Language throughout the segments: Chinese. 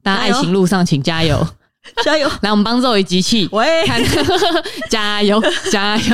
大家爱情路上请加油加油！ 来，我们帮Zoe集气， 喂， 看加油加油！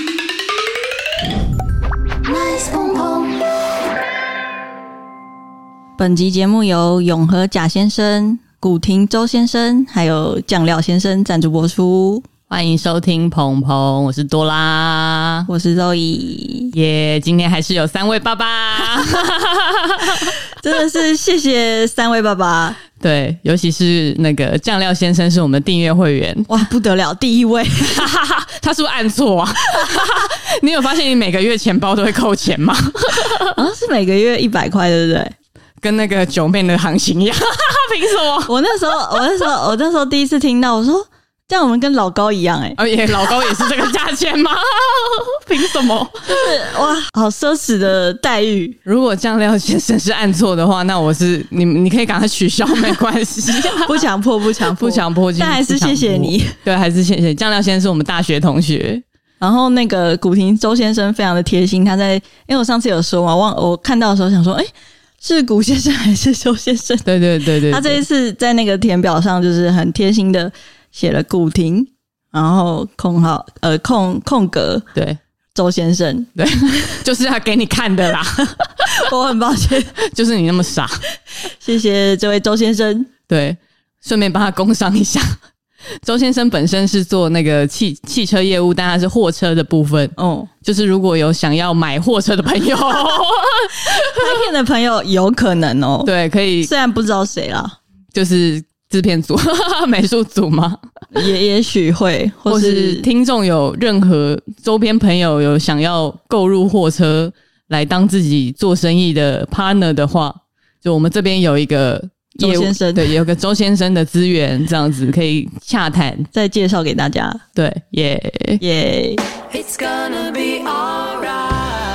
本集节目由永和贾先生、古亭周先生还有酱料先生赞助播出。 欢迎收听鹏鹏，我是多拉， 我是Zoe。 耶，今天还是有3位爸爸， 真的是谢谢3位爸爸。 对，尤其是那个酱料先生是我们的订阅会员， 哇，不得了，第1位。 他是不是按错啊？你有发现你每个月钱包都会扣钱吗？ 好像是每个月100块，对不对？ 跟那个九妹的行情一样，凭什么？ 我那时候第一次听到，我说这样我们跟老高一样老高也是这个价钱吗？凭什么？ 就是哇，好奢侈的待遇。 如果酱料先生是按错的话，那我是你可以赶快取消，没关系， 不强迫，但还是谢谢你。 对，还是谢谢酱料先生是我们大学同学。 然后那个古亭周先生非常的贴心，他在因为我上次有说嘛，我看到的时候想说，是古先生还是周先生？ 对， 他这一次在那个填表上就是很贴心的写了古亭，然后空格对周先生， 对，就是要给你看的啦。 我很抱歉， 就是你那么傻。 谢谢这位周先生。 对，顺便帮他工商一下。周先生本身是做那个汽车业务，但他是货车的部分。就是如果有想要买货车的朋友，拍片的朋友有可能对，可以， 虽然不知道谁啦， 就是制片组、美术组吗？ 也许会， 或是听众有任何周边朋友有想要购入货车来当自己做生意的 partner 的话，就我们这边有一个周先生， 对，有个周先生的资源，这样子可以洽谈， 再介绍给大家。 对，耶。 It's gonna be alright.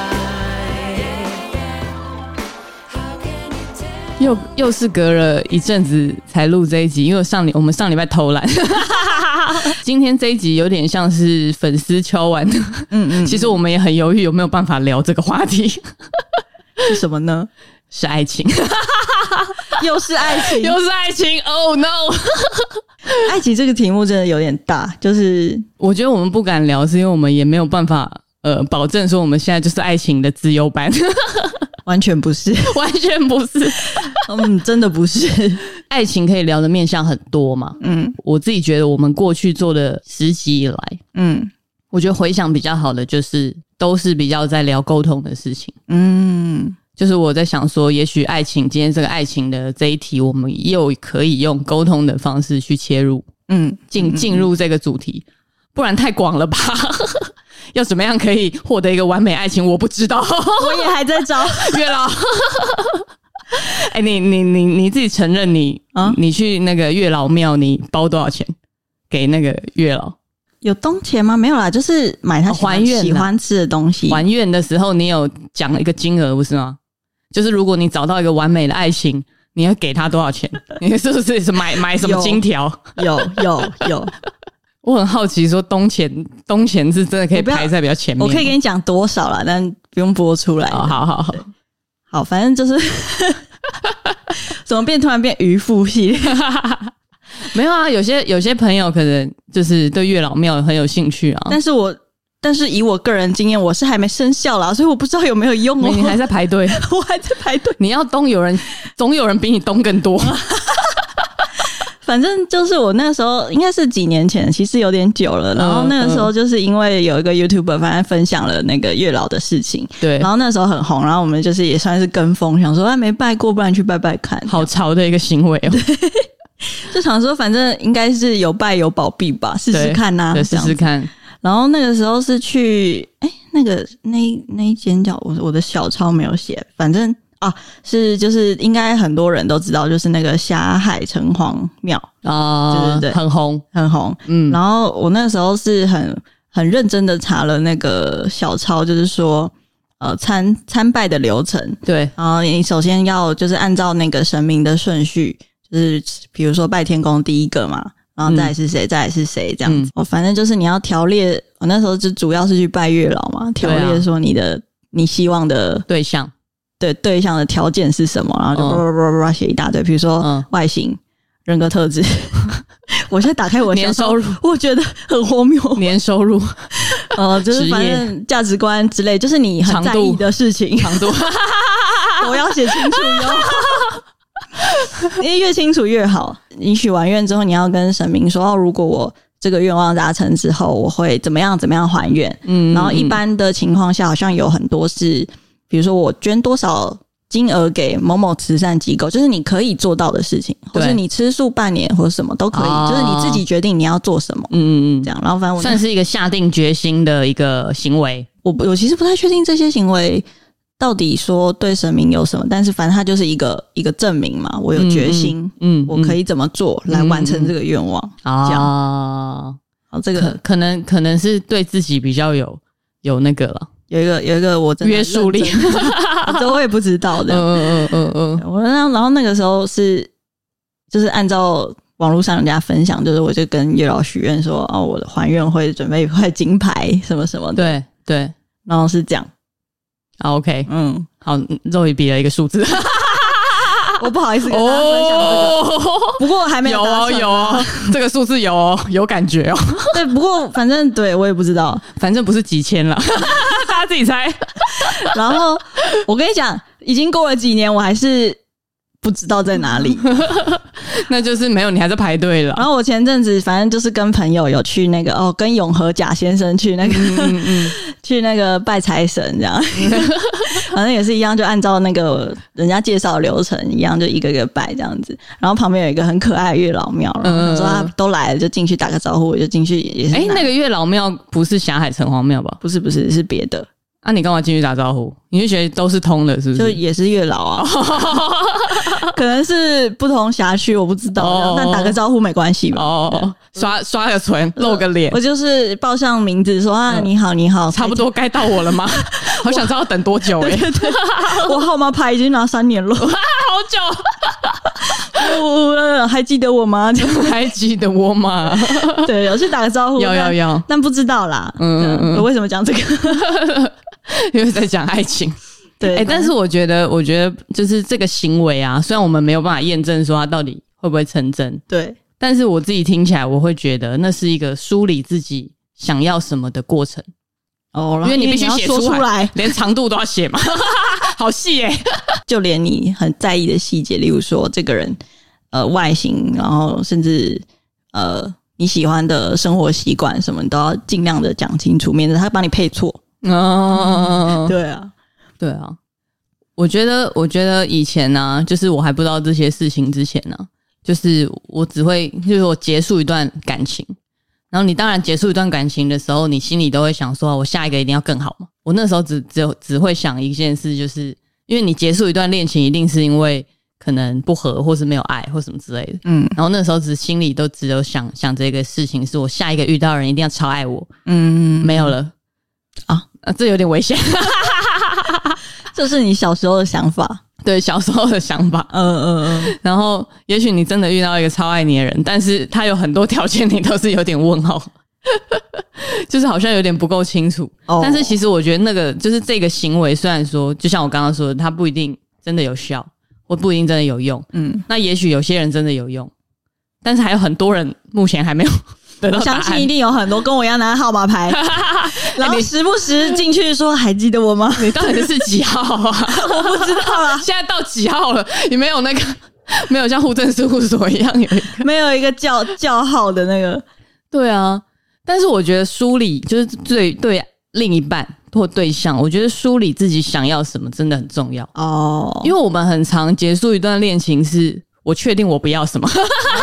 又是隔了一阵子才录这一集，因为我们上礼拜偷懒。今天这一集有点像是粉丝敲完的。其实我们也很犹豫有没有办法聊这个话题。 是什么呢？ 是爱情。 又是爱情 Oh no。 爱情这个题目真的有点大，就是我觉得我们不敢聊是因为我们也没有办法保证说我们现在就是爱情的资优班。 完全不是。真的不是。 爱情可以聊的面向很多嘛。我自己觉得我们过去做的10集以来，我觉得回想比较好的就是都是比较在聊沟通的事情。就是我在想说也许爱情今天这个爱情的这一题我们又可以用沟通的方式去切入，进入这个主题，不然太广了吧。要怎么样可以获得一个完美爱情我不知道。 我也还在找。 月老。你自己承认你去那个月老庙你包多少钱给那个月老？ 有东钱吗？没有啦，就是买他喜欢吃的东西。 还愿的时候你有讲一个金额不是吗？就是如果你找到一个完美的爱情你要给他多少钱？你是不是买什么金条？ 有。 我很好奇说东钱是真的可以排在比较前面。 我可以跟你讲多少啦，但不用播出来。好，反正就是怎么突然变渔夫系列。 没有啊，有些朋友可能就是对月老庙很有兴趣啊。 但是以我个人经验，我是还没生效啦，所以我不知道有没有用哦。 你还在排队？ 我还在排队。 你要东总有人比你东更多。 反正就是我那个时候应该是几年前，其实有点久了。然后那个时候就是因为有一个 YouTuber 反正分享了那个月老的事情， 对， 然后那时候很红，然后我们就是也算是跟风，想说没拜过，不然去拜拜看。 好潮的一个行为哦。 就想说反正应该是有拜有保庇吧，试试看啊， 对，试试看。 然后那个时候是去那一间叫我的小抄没有写，反正是就是应该很多人都知道，就是那个霞海城隍庙对， 很红。 然后我那个时候是很认真的查了那个小抄，就是说参拜的流程。对，然后你首先要就是按照那个神明的顺序，就是比如说拜天公第一个嘛，然后再来是谁，再来是谁这样子。反正就是你要条列，我那时候就主要是去拜月老嘛，条列说你希望的对象的条件是什么，然后就写一大堆，比如说外形， 人格特质。我现在打开我的年收入， 我觉得很荒谬。 年收入， 就是反正价值观之类，就是你很在意的事情， 长度， 我要写清楚哟。因为越清楚越好。你许完愿之后，你要跟神明说，如果我这个愿望达成之后，我会怎么样还愿。然后一般的情况下，好像有很多是，比如说我捐多少金额给某某慈善机构，就是你可以做到的事情，或是你吃素半年或者什么都可以，就是你自己决定你要做什么。这样。然后反正我算是一个下定决心的一个行为。 我其实不太确定这些行为到底说对神明有什么，但是反正它就是一个证明嘛，我有决心，我可以怎么做来完成这个愿望。这样。这个可能是对自己比较有那个了。 有一个我真的约束力， 这我也不知道的。然后那个时候就是按照网络上人家分享，就是我就跟月老许愿说，我的还愿会准备一块金牌什么什么的。 对， 然后是这样。 OK， 好，肉也比了一个数字。 我不好意思跟大家分享这个，不过还没有达成。 有这个数字有感觉哦。 对，不过反正对我也不知道， 反正不是几千了，大家自己猜。 然后我跟你讲，已经过了几年，我还是不知道在哪里。 那就是没有，你还在排队了。 然后我前阵子反正就是跟朋友有去那个跟永和贾先生去那个去那个拜财神这样。反正也是一样，就按照那个人家介绍的流程一样，就一个一个拜这样子。然后旁边有一个很可爱的月老庙，然后说他都来了，就进去打个招呼，我就进去也是。 那个月老庙不是霞海城隍庙吧？ 不是，是别的。 你干嘛进去打招呼？你就觉得都是通的，是不是？ 就也是月老啊，可能是不同辖区，我不知道。但打个招呼没关系吧？ 刷个唇，露个脸。 我就是报上名字说你好，你好， 差不多该到我了吗？好想知道等多久对， 我号码牌已经拿3年了，好久。 还记得我吗？ 还记得我吗？ 对，有去打个招呼， 要， 但不知道啦。我为什么讲这个？ 因为在讲爱情。 对， 但是我觉得就是这个行为啊，虽然我们没有办法验证说它到底会不会成真， 对， 但是我自己听起来，我会觉得那是一个梳理自己想要什么的过程。因为你必须写出来，连长度都要写嘛。好细耶。 就连你很在意的细节，例如说这个人外形，然后甚至你喜欢的生活习惯什么，你都要尽量的讲清楚，免得他帮你配错。对啊，我觉得以前呢，就是我还不知道这些事情之前呢，就是我就是我结束一段感情，然后你当然结束一段感情的时候，你心里都会想说，我下一个一定要更好嘛。我那时候只会想一件事，就是因为你结束一段恋情，一定是因为可能不合，或是没有爱，或什么之类的。然后那时候心里都只有想这个事情，是我下一个遇到的人一定要超爱我。没有了。这有点危险。 这是你小时候的想法。 对，小时候的想法。然后也许你真的遇到一个超爱你的人，但是他有很多条件你都是有点问号。就是好像有点不够清楚。但是其实我觉得那个就是这个行为，虽然说就像我刚刚说的，它不一定真的有效，或不一定真的有用。那也许有些人真的有用，但是还有很多人目前还没有得到答案。 我相信一定有很多跟我一样拿号码牌，然后时不时进去说还记得我吗？ 你到底是几号啊？ 我不知道啊。 现在到几号了？你没有那个，没有像户政事务所一样有一个没有一个叫号的那个。 对啊，但是我觉得梳理就是对另一半或对象，我觉得梳理自己想要什么真的很重要。因为我们很常结束一段恋情是我确定我不要什么。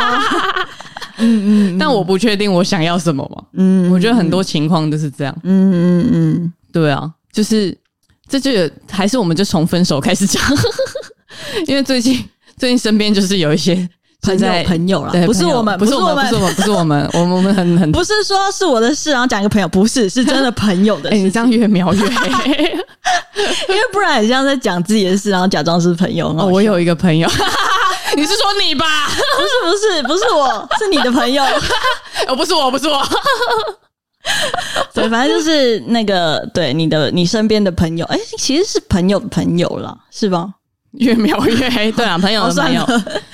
但我不确定我想要什么嘛。我觉得很多情况都是这样。对啊，就是这就还是我们就从分手开始讲。因为最近身边就是有一些朋友啦， 不是我们，我们很不是说是我的事，然后讲一个朋友，不是，是真的朋友的事。 你这样越描越黑。 因为不然很像在讲自己的事，然后假装是朋友。 我有一个朋友。你是说你吧？ 不是我，是你的朋友。 不是我。 对，反正就是那个，对你身边的朋友，其实是朋友的朋友啦，是吧？ 越描越黑。对啊，朋友的朋友。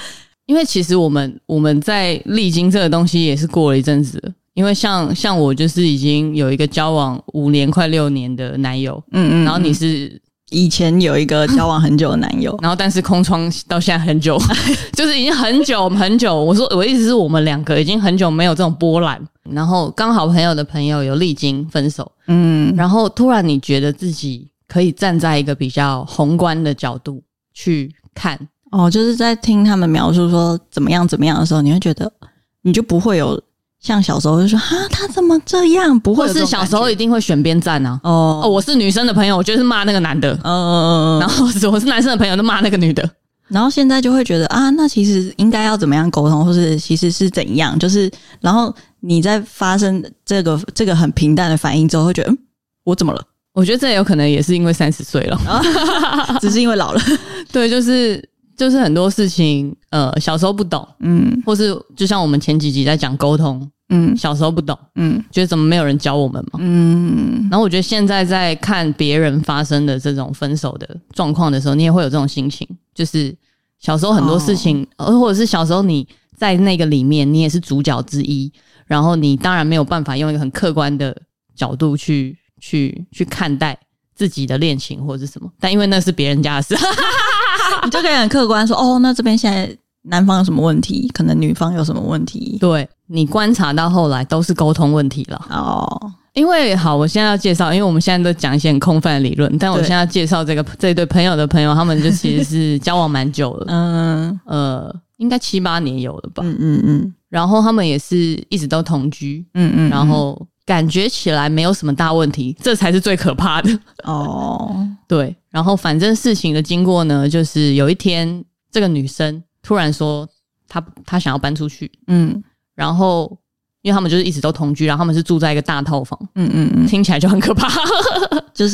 因为其实我们在历经这个东西也是过了一阵子了，因为像我就是已经有一个交往5年快6年的男友，然后你是以前有一个交往很久的男友， 然后但是空窗到现在很久，就是已经很久很久。我的意思是我们2个已经很久没有这种波澜，然后刚好朋友的朋友有历经分手，然后突然你觉得自己可以站在一个比较宏观的角度去看， 就是在听他们描述说怎么样怎么样的时候，你会觉得你就不会有像小时候就说他怎么这样，不会有这种感觉， 或是小时候一定会选边站啊。我是女生的朋友，我就是骂那个男的，然后我是男生的朋友，就骂那个女的。 然后现在就会觉得那其实应该要怎么样沟通，或是其实是怎样，就是然后你在发生这个很平淡的反应之后，会觉得我怎么了？ 我觉得这有可能也是因为30岁了， 只是因为老了。 对，就是很多事情小时候不懂，或是就像我们前几集在讲沟通，小时候不懂，觉得怎么没有人教我们嘛，然后我觉得现在在看别人发生的这种分手的状况的时候，你也会有这种心情，就是小时候很多事情，或者是小时候你在那个里面你也是主角之一，然后你当然没有办法用一个很客观的角度去看待自己的恋情或者是什么，但因为那是别人家的事你就可以很客观说那这边现在男方有什么问题，可能女方有什么问题， 对，你观察到后来都是沟通问题了。因为好，我现在要介绍，因为我们现在都讲一些很空泛的理论，但我现在要介绍这对朋友的朋友，他们就其实是交往蛮久了，应该7、8年有了吧，然后他们也是一直都同居，然后感觉起来没有什么大问题，这才是最可怕的。对，然后反正事情的经过呢，就是有一天这个女生突然说她想要搬出去，然后因为他们就是一直都同居，然后他们是住在一个大套房，听起来就很可怕， 就是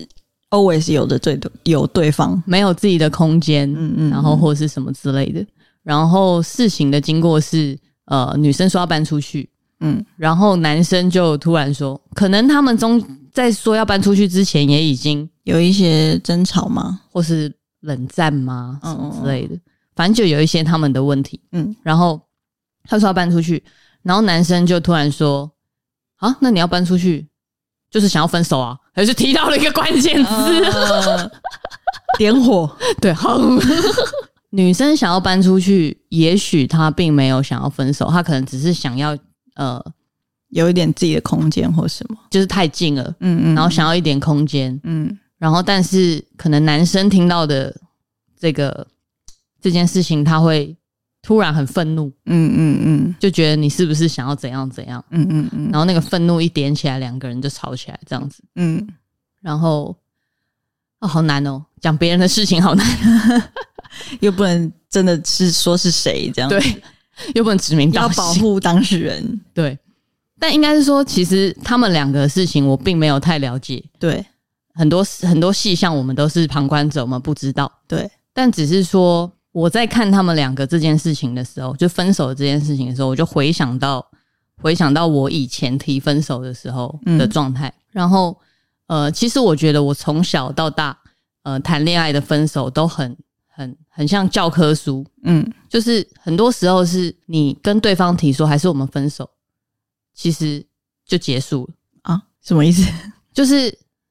always 有对方没有自己的空间，然后或是什么之类的。然后事情的经过是女生说要搬出去，然后男生就突然说，可能他们在说要搬出去之前也已经有一些争吵吗， 或是冷战吗，什么之类的，反正就有一些他们的问题，然后他说要搬出去，然后男生就突然说那你要搬出去就是想要分手啊，还是提到了一个关键字， 点火， 对，好。女生想要搬出去，也许她并没有想要分手，她可能只是想要有一点自己的空间或什么， 就是太近了，然后想要一点空间，然后但是可能男生听到的这件事情，他会突然很愤怒，就觉得你是不是想要怎样怎样，然后那个愤怒一点起来，2个人就吵起来这样子，然后好难哦，讲别人的事情好难。 又不能真的是说是谁这样子， 对，又不能指名道姓， 要保护当事人， 对。但应该是说，其实他们2个的事情我并没有太了解， 对， 很多细项我们都是旁观者，我们不知道， 对。 但只是说我在看他们2个这件事情的时候，就分手的这件事情的时候，我就回想到我以前提分手的时候的状态，然后其实我觉得我从小到大谈恋爱的分手都很像教科书，就是很多时候是你跟对方提说还是我们分手，其实就结束了啊？什么意思？ 就是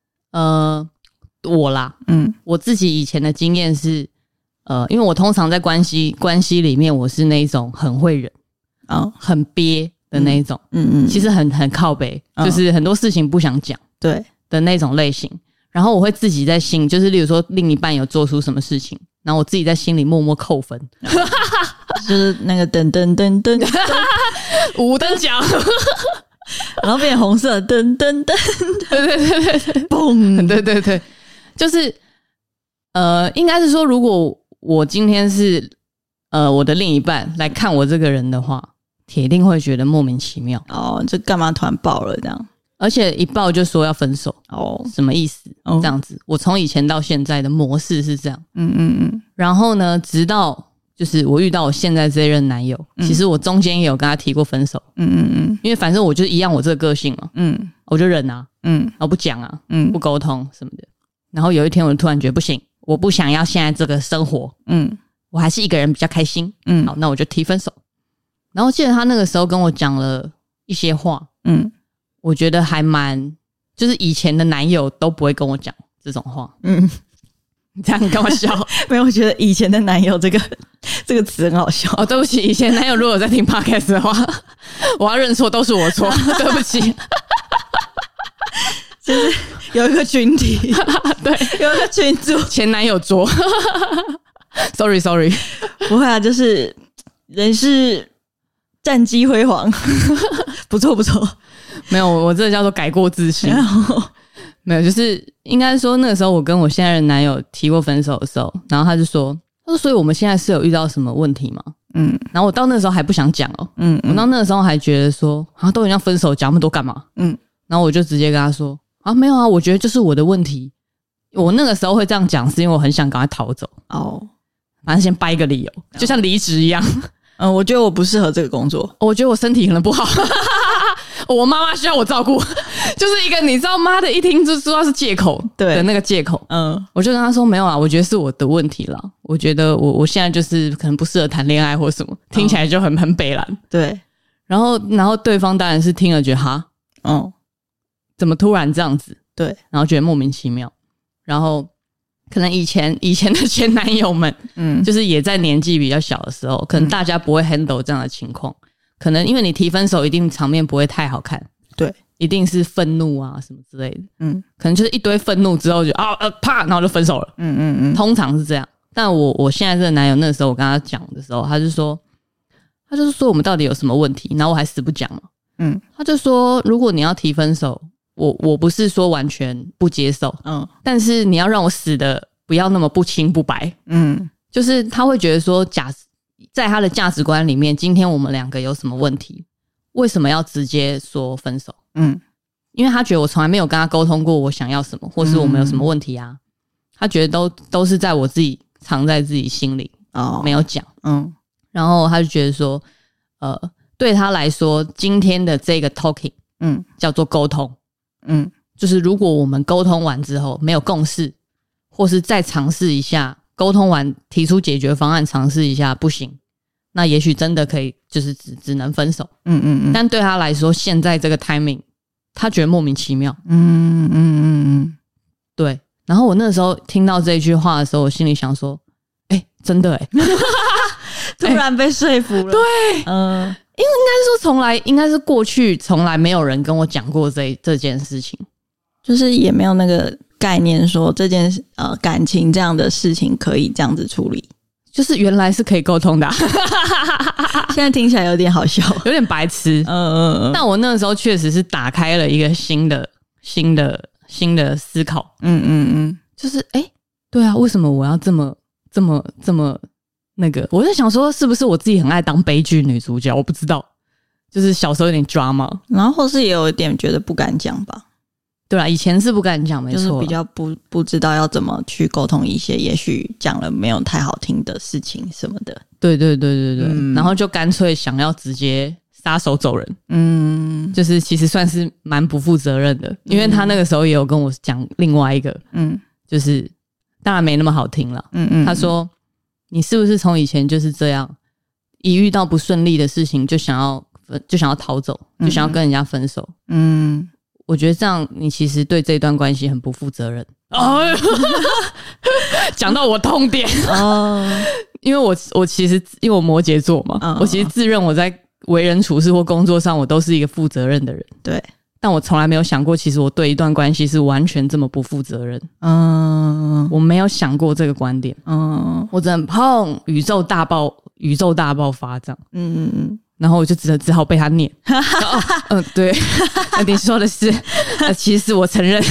我啦，我自己以前的经验是因为我通常在关系里面，我是那一种很会忍很憋的那一种，其实很靠北，就是很多事情不想讲， 对的那种类型。然后我会自己在心，就是例如说另一半有做出什么事情，然后我自己在心里默默扣分， 就是那个噔噔噔噔五等奖， 然后变红色噔噔噔， 对， 嘣， 对，就是应该是说，如果我今天是我的另一半来看我这个人的话，铁定会觉得莫名其妙这干嘛突然爆了这样？ 而且一爆就说要分手什么意思？这样子，我从以前到现在的模式是这样，然后呢，直到就是我遇到我现在这任男友，其实我中间也有跟他提过分手，因为反正我就一样我这个个性嘛，我就忍啊，然后不讲啊，不沟通什么的。然后有一天我就突然觉得不行，我不想要现在这个生活， 我还是一个人比较开心，好，那我就提分手。然后记得他那个时候跟我讲了一些话，我觉得还蛮，就是以前的男友都不会跟我讲这种话，你这样干嘛笑？ 没有，我觉得以前的男友这个词很好笑。 哦，对不起，以前男友如果有在听 podcast 的话，我要认错，都是我错，对不起。 就是有一个群体， 对， 有一个群组， 前男友桌。sorry， 不会啊，就是人是战绩辉煌，不错。 没有，我这叫做改过自新。没有，就是应该说那个时候我跟我现在的男友提过分手的时候，然后他说所以我们现在是有遇到什么问题吗？然后我到那个时候还不想讲哦，我到那个时候还觉得说都已经要分手，讲那么多干嘛？然后我就直接跟他说没有啊，我觉得就是我的问题。我那个时候会这样讲是因为我很想赶快逃走反正先掰一个理由，就像离职一样。 我觉得我不适合这个工作， 我觉得我身体可能不好。我妈妈需要我照顾，就是一个你知道妈的一听就知道是借口的那个借口。我就跟他说没有啦，我觉得是我的问题啦，我觉得我现在就是可能不适合谈恋爱或什么，听起来就很北蓝。 对，然后对方当然是听了觉得怎么突然这样子？ 对， 然后觉得莫名其妙。然后可能以前的前男友们，就是也在年纪比较小的时候，可能大家不会 handle 这样的情况。可能因为你提分手，一定场面不会太好看， 对， 一定是愤怒啊什么之类的，可能就是一堆愤怒之后就啪，然后就分手了，通常是这样。但我现在这个男友那个时候我跟他讲的时候，他就是说我们到底有什么问题，然后我还死不讲嘛，他就说如果你要提分手，我不是说完全不接受，但是你要让我死的不要那么不清不白，就是他会觉得说在他的价值观里面，今天我们两个有什么问题，为什么要直接说分手？因为他觉得我从来没有跟他沟通过我想要什么，或是我们有什么问题啊，他觉得都是在我自己藏在自己心里，没有讲。然后他就觉得说对他来说今天的这个 talking 叫做沟通，就是如果我们沟通完之后没有共识，或是再尝试一下，沟通完提出解决方案尝试一下不行，那也许真的可以就是只能分手。但对他来说现在这个 timing 他觉得莫名其妙。对。然后我那时候听到这句话的时候，我心里想说真的突然被说服了。 对，因为应该是过去从来没有人跟我讲过这件事情， 就是也没有那个概念说这件感情这样的事情可以这样子处理， 就是原来是可以沟通的现在听起来有点好笑， 有点白痴。但我那个时候确实是打开了一个新的思考。就是对啊，为什么我要这么那个？我在想说是不是我自己很爱当悲剧女主角，我不知道，就是小时候有点 drama， 然后或是也有一点觉得不敢讲吧。 对啦，以前是不敢讲，没错， 就是比较不知道要怎么去沟通一些也许讲了没有太好听的事情什么的。 对，然后就干脆想要直接撒手走人。就是其实算是蛮不负责任的，因为他那个时候也有跟我讲另外一个，就是当然没那么好听了。他说你是不是从以前就是这样，一遇到不顺利的事情就想要逃走，就想要跟人家分手。我觉得这样你其实对这段关系很不负责任。讲到我痛点。因为我其实因为我摩羯座嘛，我其实自认我在为人处事或工作上我都是一个负责任的人。 对， 但我从来没有想过其实我对一段关系是完全这么不负责任。我没有想过这个观点。我只能砰，宇宙大爆发这样。然后我就只好被他念。对，你说的是，其实我承认。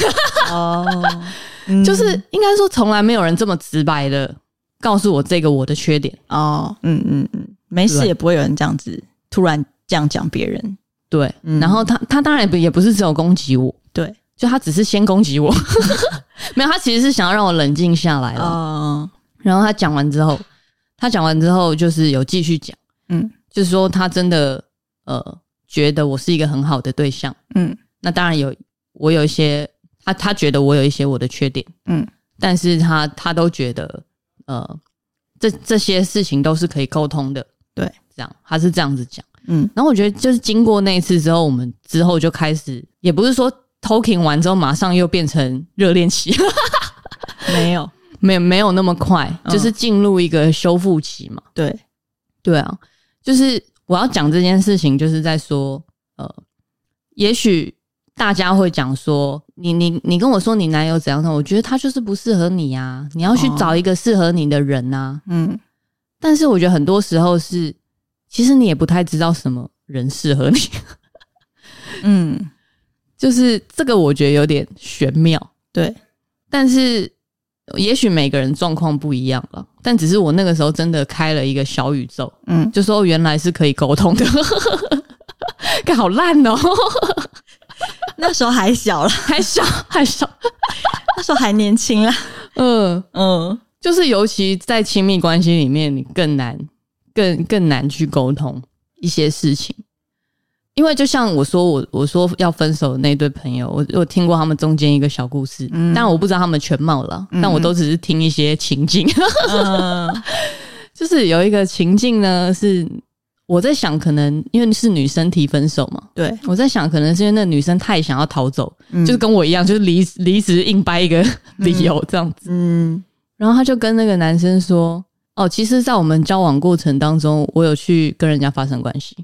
就是应该说从来没有人这么直白的告诉我这个我的缺点。 没事也不会有人这样子突然这样讲别人。 对，然后他当然也不是只有攻击我， 对， 就他只是先攻击我。没有，他其实是想要让我冷静下来了。然后他讲完之后就是有继续讲。就是说他真的觉得我是一个很好的对象。那当然我有一些他觉得我有一些我的缺点。但是他都觉得这些事情都是可以沟通的。 对， 这样他是这样子讲。然后我觉得就是经过那一次之后，我们之后就开始，也不是说 talking 完之后马上又变成热恋期，没有那么快，就是进入一个修复期嘛。对啊，就是我要讲这件事情，就是在说，也许大家会讲说，你跟我说你男友怎样的，我觉得他就是不适合你啊，你要去找一个适合你的人啊。但是我觉得很多时候是，其实你也不太知道什么人适合你。就是这个我觉得有点玄妙。 对， 但是也许每个人状况不一样了，但只是我那个时候真的开了一个小宇宙，就说原来是可以沟通的。看好烂哦。 那时候还小了， 还小， 那时候还年轻啦。 就是尤其在亲密关系里面，你更难去沟通一些事情。因为就像我说要分手的那对朋友，我有听过他们中间一个小故事，但我不知道他们全貌了，但我都只是听一些情境。就是有一个情境呢，是我在想，可能因为是女生提分手嘛， 对， 我在想可能是因为那女生太想要逃走，就是跟我一样，就是离职硬掰一个理由这样子。然后他就跟那个男生说，其实在我们交往过程当中，我有去跟人家发生关系。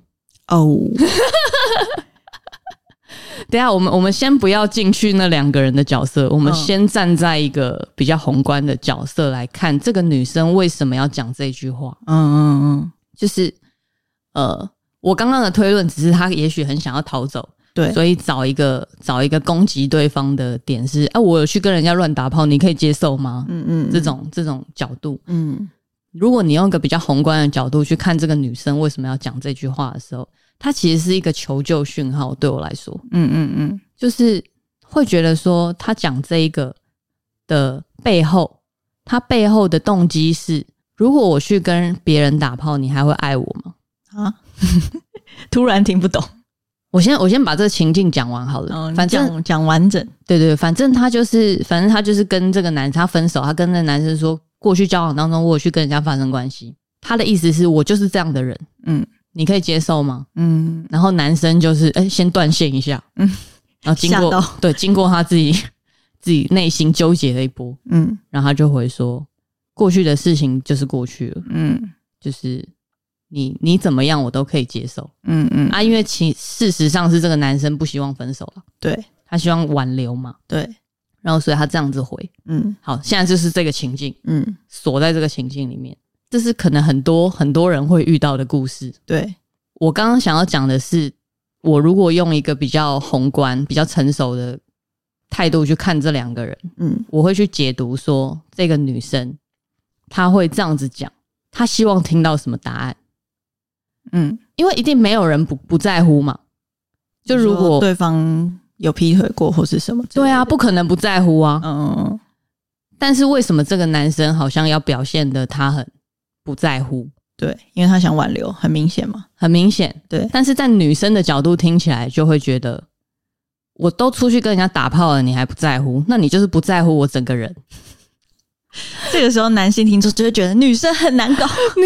等一下我们先不要进去那两个人的角色，我们先站在一个比较宏观的角色来看这个女生为什么要讲这句话。就是我刚刚的推论只是她也许很想要逃走，对，所以找一个攻击对方的点是我有去跟人家乱打炮，你可以接受吗？这种角度。如果你用一个比较宏观的角度去看这个女生为什么要讲这句话的时候，她其实是一个求救讯号，对我来说。就是会觉得说她讲这一个的背后，她背后的动机是，如果我去跟别人打炮，你还会爱我吗？ 突然听不懂。 我先把这个情境讲完好了。反正讲完整。 对，反正他就是跟这个男生他分手，他跟那个男生说，过去交往当中我有去跟人家发生关系，他的意思是我就是这样的人，你可以接受吗？然后男生就是先断线一下，然后经过他自己内心纠结的一波，然后他就回说，过去的事情就是过去了，就是你怎么样我都可以接受，因为事实上是这个男生不希望分手了，对，他希望挽留嘛，对，然后所以他这样子回，好，现在就是这个情境，锁在这个情境里面，这是可能很多人会遇到的故事。对，我刚刚想要讲的是，我如果用一个比较宏观、比较成熟的态度去看这两个人，我会去解读说，这个女生她会这样子讲，她希望听到什么答案？因为一定没有人不在乎嘛。就如果对方有劈腿过或是什么， 对啊，不可能不在乎啊。但是为什么这个男生好像要表现的他很不在乎？ 对，因为他想挽留，很明显嘛， 很明显。 对， 但是在女生的角度听起来就会觉得，我都出去跟人家打炮了，你还不在乎，那你就是不在乎我整个人。 这个时候男性听众就会觉得女生很难搞。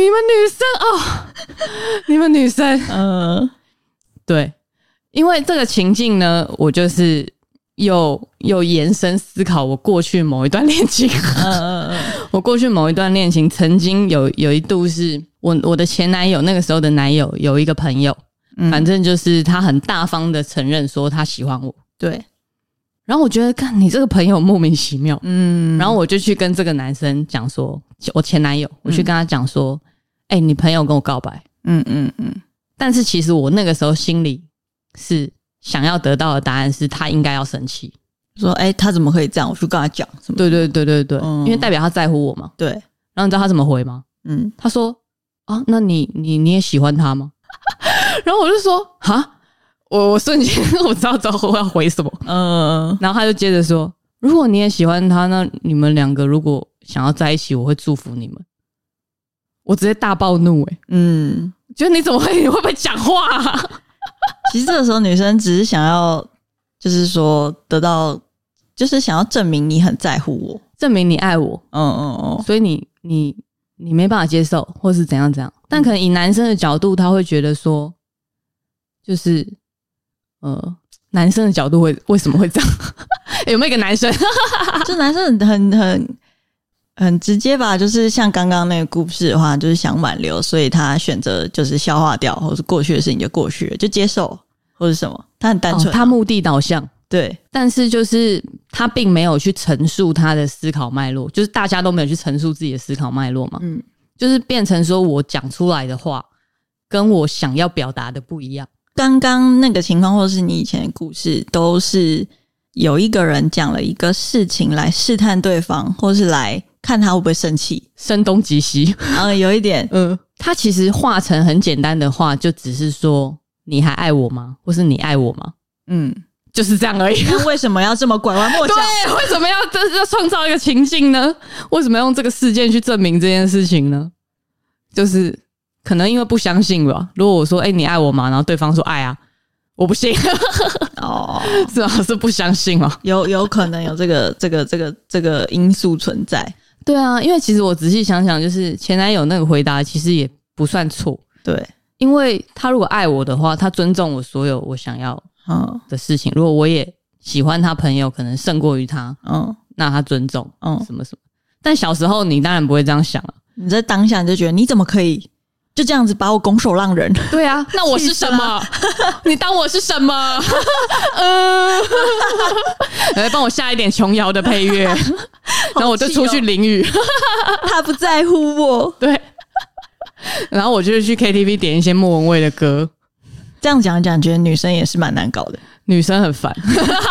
你们女生对，因为这个情境呢，我就是又延伸思考我过去某一段恋情。我过去某一段恋情曾经有一度是我的前男友，那个时候的男友有一个朋友，反正就是他很大方的承认说他喜欢我。对，然后我觉得看你这个朋友莫名其妙，然后我就去跟这个男生讲说，我前男友，我去跟他讲说，你朋友跟我告白，但是其实我那个时候心里是想要得到的答案是他应该要生气， 说他怎么可以这样，我去跟他讲什么？ 对，因为代表他在乎我嘛。对，然后你知道他怎么回吗？他说那你也喜欢他吗？然后我就说我瞬间我知道之后要回什么，然后他就接着说，如果你也喜欢他，那你们两个如果想要在一起，我会祝福你们。我直接大暴怒觉得你会不会讲话啊？ 其实这个时候女生只是想要，就是说得到，就是想要证明你很在乎我， 证明你爱我，所以你你没办法接受，或是怎样怎样。但可能以男生的角度，他会觉得说，就是男生的角度为什么会这样？有没有一个男生？ 就男生很直接吧，就是像刚刚那个故事的话，就是想挽留，所以他选择就是消化掉，或是过去的事情就过去了，就接受或是什么，他很单纯， 他目的导向。 对， 但是就是他并没有去陈述他的思考脉络，就是大家都没有去陈述自己的思考脉络嘛，就是变成说我讲出来的话跟我想要表达的不一样。 刚刚那个情况或是你以前的故事都是有一个人讲了一个事情来试探对方，或是来看他会不会生气， 声东击西。 有一点他其实化成很简单的话，就只是说你还爱我吗，或是你爱我吗，就是这样而已。 那为什么要这么拐弯抹角？ 对，为什么要创造一个情境呢？为什么要用这个事件去证明这件事情呢？就是可能因为不相信吧。如果我说你爱我吗，然后对方说爱啊，我不信。是啊，是不相信吗？ 有可能有这个因素存在。 对啊，因为其实我仔细想想，就是前男友那个回答其实也不算错。 对， 因为他如果爱我的话，他尊重我所有我想要的事情。如果我也喜欢他朋友可能胜过于他，那他尊重什么什么。但小时候你当然不会这样想啊， 你在当下你就觉得你怎么可以就这样子把我拱手让人？ 对啊，那我是什么？你当我是什么？来帮我下一点琼瑶的配乐，然后我就出去淋雨。 他不在乎我， 对。然后我就去 KTV 点一些莫文蔚的歌。 这样讲讲，觉得女生也是蛮难搞的， 女生很烦。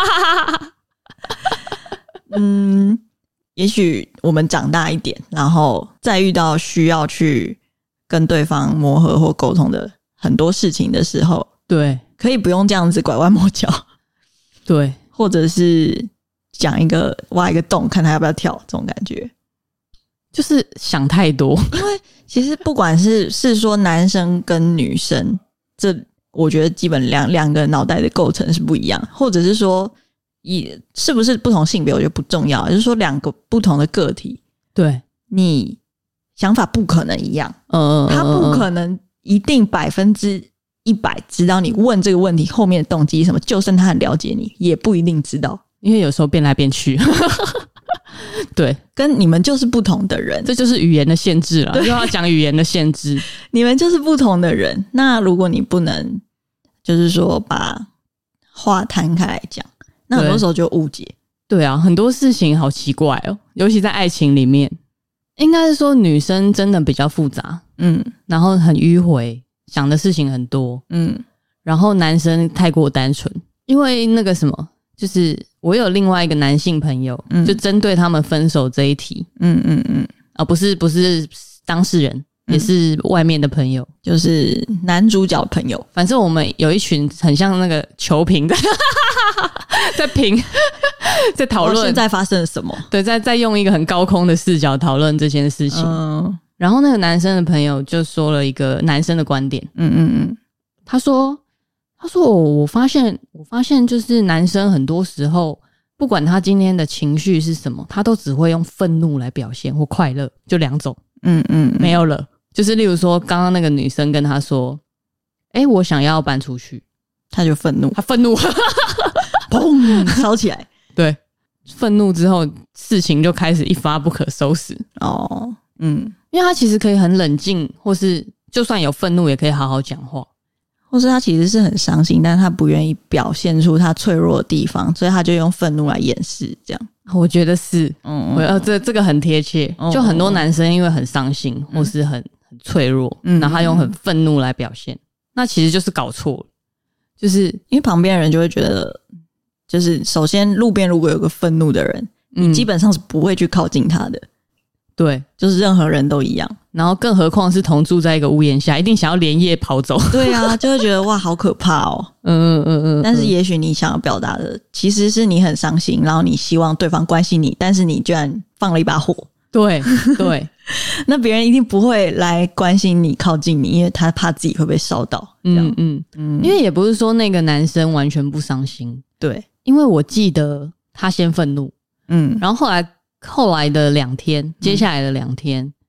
也许我们长大一点，然后再遇到需要去跟对方磨合或沟通的很多事情的时候， 对， 可以不用这样子拐弯抹角， 对， 或者是讲一个挖一个洞，看他要不要跳，这种感觉就是想太多。 因为其实不管是说男生跟女生，这我觉得基本两个脑袋的构成是不一样，或者是说是不是不同性别我觉得不重要，就是说两个不同的个体， 对， 你想法不可能一样，他不可能一定100%知道你问这个问题后面的动机是什么，就算他很了解你也不一定知道， 因为有时候变来变去。对， 跟你们就是不同的人， 这就是语言的限制了，又要讲语言的限制。 你们就是不同的人，那如果你不能就是说把话摊开来讲，那很多时候就误解。 对啊，很多事情好奇怪哦，尤其在爱情里面，应该是说女生真的比较复杂，然后很迂回，想的事情很多，然后男生太过单纯。因为那个什么，就是我有另外一个男性朋友，就针对他们分手这一题，不是当事人，也是外面的朋友， 就是男主角朋友。 反正我们有一群很像那个球评的，在评，在讨论现在发生了什么。 对，在用一个很高空的视角讨论这件事情。然后那个男生的朋友就说了一个男生的观点，他说我发现就是男生很多时候不管他今天的情绪是什么，他都只会用愤怒来表现或快乐，就2种，没有了。就是例如说刚刚那个女生跟他说我想要搬出去， 他就愤怒， 他愤怒砰烧起来。 对，愤怒之后事情就开始一发不可收拾。因为他其实可以很冷静，或是就算有愤怒也可以好好讲话， 或是他其实是很伤心，但他不愿意表现出他脆弱的地方，所以他就用愤怒来掩饰。这样我觉得是，这个很贴切。就很多男生因为很伤心或是很脆弱，然后他用很愤怒来表现，那其实就是搞错了。就是因为旁边的人就会觉得，就是首先路边如果有个愤怒的人，你基本上是不会去靠近他的。 对， 就是任何人都一样， 然后更何况是同住在一个屋檐下，一定想要连夜跑走。 对啊，就会觉得哇好可怕哦。但是也许你想要表达的其实是你很伤心，然后你希望对方关心你，但是你居然放了一把火。 对对， 那别人一定不会来关心你靠近你，因为他怕自己会被烧到。 因为也不是说那个男生完全不伤心， 对， 因为我记得他先愤怒，然后后来的2天，接下来的2天，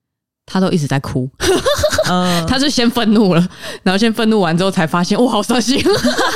他都一直在哭。他就先愤怒了，然后先愤怒完之后才发现，哇，好伤心。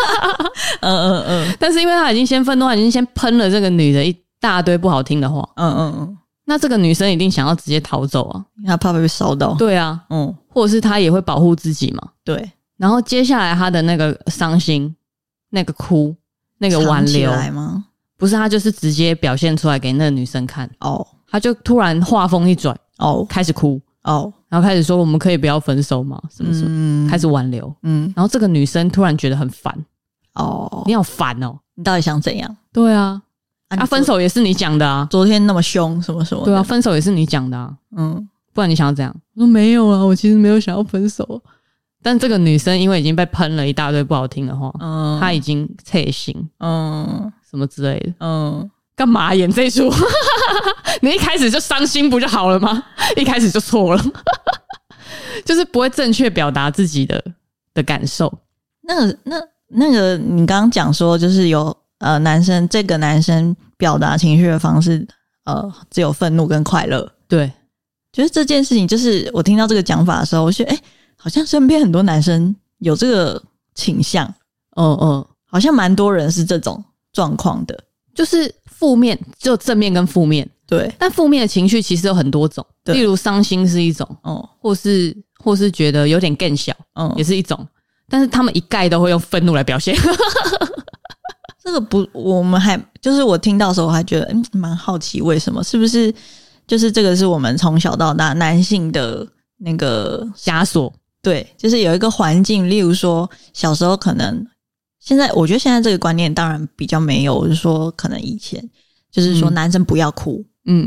但是因为他已经先愤怒，他已经先喷了这个女的一大堆不好听的话。那这个女生一定想要直接逃走啊， 她怕被烧到。 对啊，或者是她也会保护自己嘛。 对。 然后接下来她的那个伤心、那个哭、那个挽留， 藏起来吗？ 不是，她就是直接表现出来给那个女生看。她就突然话锋一转，开始哭。然后开始说我们可以不要分手吗？什么什么，开始挽留。然后这个女生突然觉得很烦。你好烦哦， 你到底想怎样？ 对啊，分手也是你讲的啊， 昨天那么凶什么什么的。 对啊，分手也是你讲的啊。不然你想要怎样？我说没有啊，我其实没有想要分手。但这个女生因为已经被喷了一大堆不好听的话，她已经退心，什么之类的。干嘛演这一出？你一开始就伤心不就好了吗？一开始就错了。就是不会正确表达自己的感受。 那个你刚刚讲说就是有这个男生表达情绪的方式只有愤怒跟快乐。 对， 就是这件事情，就是我听到这个讲法的时候，我觉得好像身边很多男生有这个倾向。好像蛮多人是这种状况的。 就是负面，就正面跟负面。 对， 但负面的情绪其实有很多种，例如伤心是一种，或是觉得有点更小，也是一种。但是他们一概都会用愤怒来表现。 这个不，我们还就是我听到的时候，我还觉得蛮好奇，为什么？是不是就是这个是我们从小到大男性的那个枷锁？ 对，就是有一个环境，例如说小时候可能。我觉得现在这个观念当然比较没有，我是说可能以前就是说男生不要哭，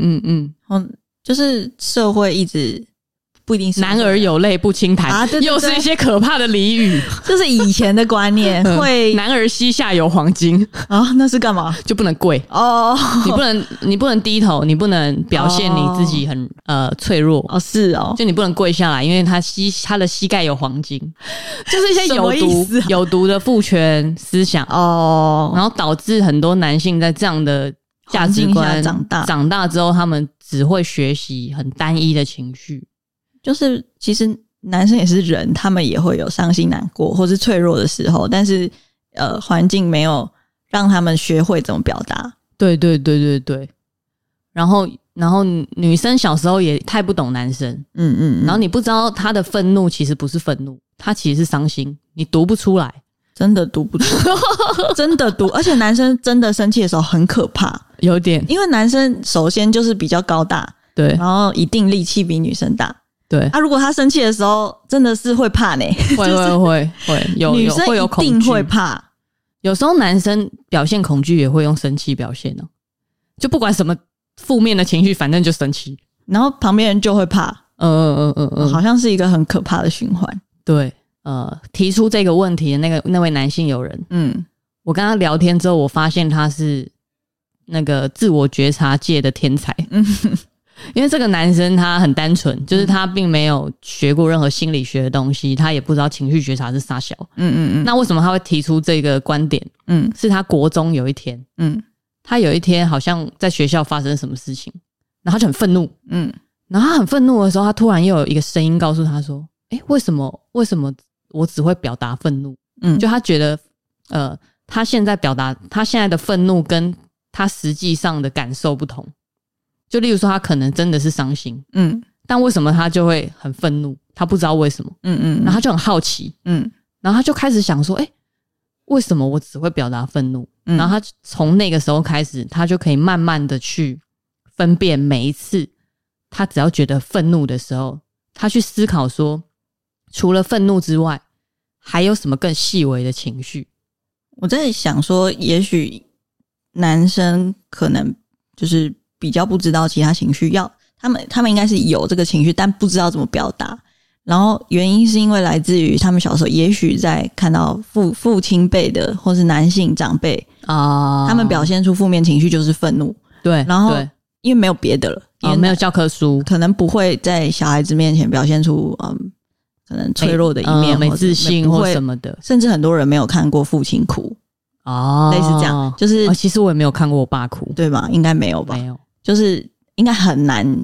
就是社会一直不一定是男儿有泪不轻弹啊，对，又是一些可怕的俚语， 就是以前的观念会男儿膝下有黄金啊，那是干嘛？ 就不能跪你不能低头，你不能表现你自己很脆弱是就你不能跪下来，因为他的膝盖有黄金，就是一些有毒的父权思想然后导致很多男性在这样的价值观长大之后，他们只会学习很单一的情绪。 就是其实男生也是人，他们也会有伤心难过或是脆弱的时候，但是环境没有让他们学会怎么表达。 对。然后女生小时候也太不懂男生，然后你不知道他的愤怒其实不是愤怒，他其实是伤心，你读不出来， 真的读不出来。真的读，而且男生真的生气的时候很可怕， 有点，因为男生首先就是比较高大， 对， 然后一定力气比女生大。 对如果他生气的时候，真的是会怕呢。 会有女生一定会怕。 有时候男生表现恐惧也会用生气表现就不管什么负面的情绪，反正就生气， 然后旁边人就会怕。好像是一个很可怕的循环。 对，提出这个问题的那位男性友人，我跟他聊天之后，我发现他是那个自我觉察界的天才。因为这个男生他很单纯，就是他并没有学过任何心理学的东西，他也不知道情绪觉察是啥小。那为什么他会提出这个观点？是他国中有一天，他有一天好像在学校发生什么事情，然后他就很愤怒，然后他很愤怒的时候，他突然又有一个声音告诉他说：为什么我只会表达愤怒？就他觉得他现在表达他现在的愤怒跟他实际上的感受不同。就例如说他可能真的是伤心，但为什么他就会很愤怒？他不知道为什么，然后他就很好奇，然后他就开始想说，为什么我只会表达愤怒？然后他从那个时候开始，他就可以慢慢的去分辨每一次他只要觉得愤怒的时候，他去思考说，除了愤怒之外，还有什么更细微的情绪？ 我在想说，也许男生可能就是比较不知道其他情绪，他们应该是有这个情绪，但不知道怎么表达。然后原因是因为来自于他们小时候，也许在看到父亲辈的或是男性长辈他们表现出负面情绪就是愤怒。 对， 然后因为没有别的了，因为没有教科书， 可能不会在小孩子面前表现出可能脆弱的一面， 没自信或什么的， 甚至很多人没有看过父亲哭类似这样，就是其实我也没有看过我爸哭， 对吧？应该没有吧？ 没有， 就是应该很难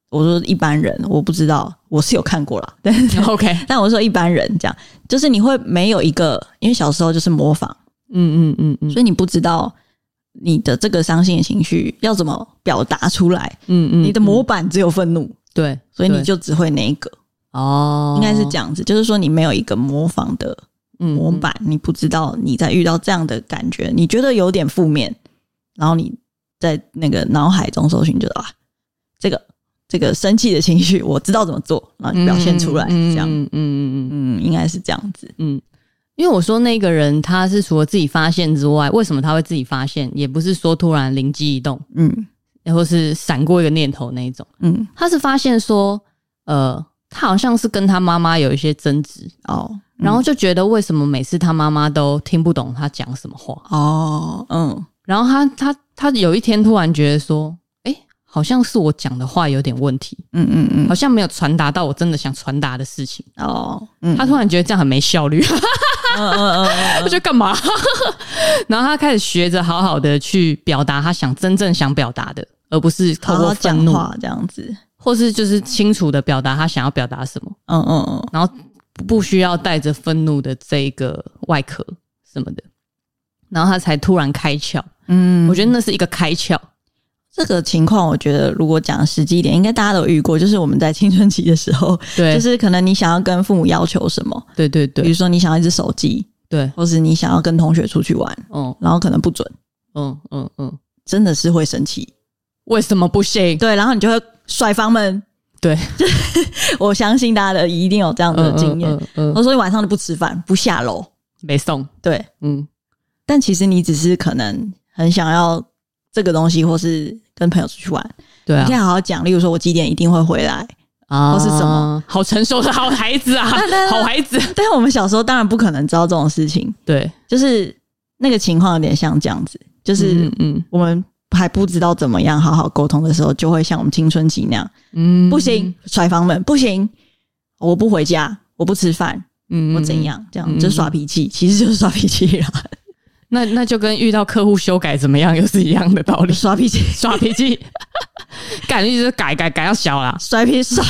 我说一般人我不知道，我是有看过啦，但是 OK， 但我说一般人这样，就是你会没有一个，因为小时候就是模仿，所以你不知道你的这个伤心的情绪要怎么表达出来，你的模板只有愤怒， 对， 所以你就只会那一个哦，应该是这样子，就是说你没有一个模仿的模板，你不知道你在遇到这样的感觉，你觉得有点负面，然后你在那个脑海中搜寻，就这个生气的情绪，我知道怎么做，然后你表现出来，这样，应该是这样子， 因为我说那个人他是除了自己发现之外，为什么他会自己发现？也不是说突然灵机一动，或是闪过一个念头那一种，他是发现说，他好像是跟他妈妈有一些争执哦，然后就觉得为什么每次他妈妈都听不懂他讲什么话哦，然后他有一天突然觉得说，好像是我讲的话有点问题，好像没有传达到我真的想传达的事情哦，他突然觉得这样很没效率，我觉得干嘛？然后他开始学着好好的去表达他真正想表达的，而不是透过愤怒好好讲话这样子， 或是就是清楚的表达他想要表达什么，然后不需要带着愤怒的这个外壳什么的，然后他才突然开窍，我觉得那是一个开窍。 这个情况我觉得如果讲实际一点，应该大家都有遇过，就是我们在青春期的时候，对，就是可能你想要跟父母要求什么， 对， 比如说你想要一只手机，对，或是你想要跟同学出去玩，然后可能不准，真的是会生气， 为什么不行？ 对，然后你就会甩房门， 对， 我相信大家的一定有这样的经验，我说你晚上都不吃饭，不下楼， 没送， 对，但其实你只是可能很想要这个东西，或是跟朋友出去玩，对啊，你可以好好讲，例如说我几点一定会回来啊，或是什么， 好成熟的好孩子啊，好孩子。 但是我们小时候当然不可能知道这种事情，对，就是那个情况有点像这样子，就是我们还不知道怎么样好好沟通的时候，就会像我们青春期那样，不行，甩房门，不行，我不回家，我不吃饭，我怎样，这样就是耍脾气，其实就是耍脾气啦。 那就跟遇到客户修改怎么样又是一样的道理， 耍脾气， 改就是改到小啦， 耍脾气，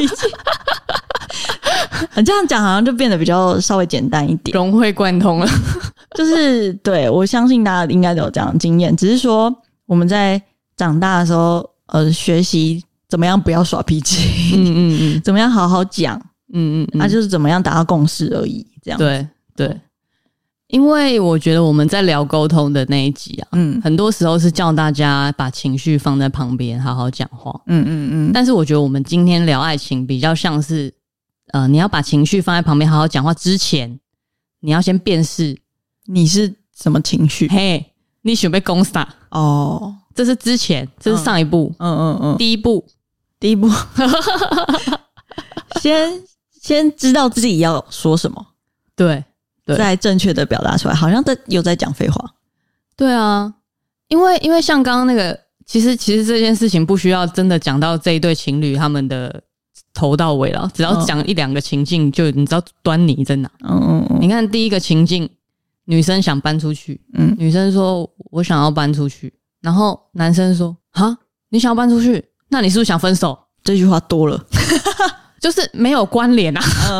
这样讲好像就变得比较稍微简单一点， 融会贯通了。 就是对，我相信大家应该都有这样的经验，只是说我们在长大的时候，学习怎么样不要耍脾气，怎么样好好讲，那就是怎么样达到共识而已，这样子对。因为我觉得我们在聊沟通的那一集啊，很多时候是叫大家把情绪放在旁边，好好讲话，但是我觉得我们今天聊爱情比较像是，你要把情绪放在旁边，好好讲话之前，你要先辨识你是什么情绪， 嘿，你想被攻杀哦，这是之前，这是上一步，第一步，先知道自己要说什么，对。再正确的表达出来，好像有在讲废话。对啊，因为像刚刚那个，其实这件事情不需要真的讲到这一对情侣他们的头到尾了，只要讲一两个情境，就你知道端倪在哪。你看第一个情境，女生想搬出去，女生说我想要搬出去，然后男生说哈，你想要搬出去，那你是不是想分手？ 这句话多了， 就是没有关联啊，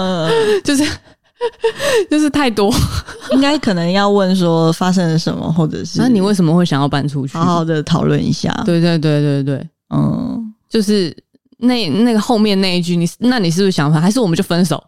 就是太多， 应该可能要问说发生了什么，或者是那你为什么会想要搬出去？ 好好的讨论一下。 对，就是那个后面那一句，那你是不是想法还是我们就分手？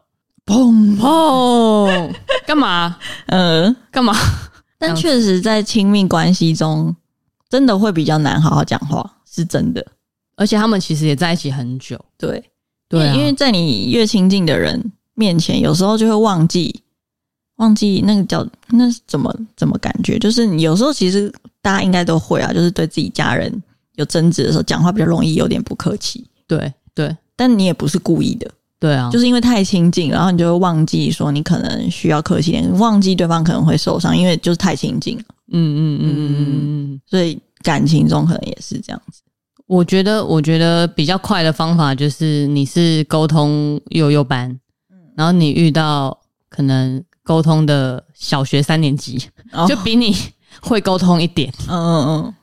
砰，干嘛？干嘛？ 但确实在亲密关系中，真的会比较难好好讲话，是真的。 而且他们其实也在一起很久， 对啊，因为在你越亲近的人面前，有时候就会忘记那个那是怎么感觉，就是你有时候其实大家应该都会啊，就是对自己家人有争执的时候讲话比较容易有点不客气，对，但你也不是故意的，对啊，就是因为太亲近，然后你就会忘记说你可能需要客气点，忘记对方可能会受伤，因为就是太亲近了，所以感情中可能也是这样子。 我觉得比较快的方法就是你是沟通幼幼班，然后你遇到可能沟通的小学3年级，就比你会沟通一点，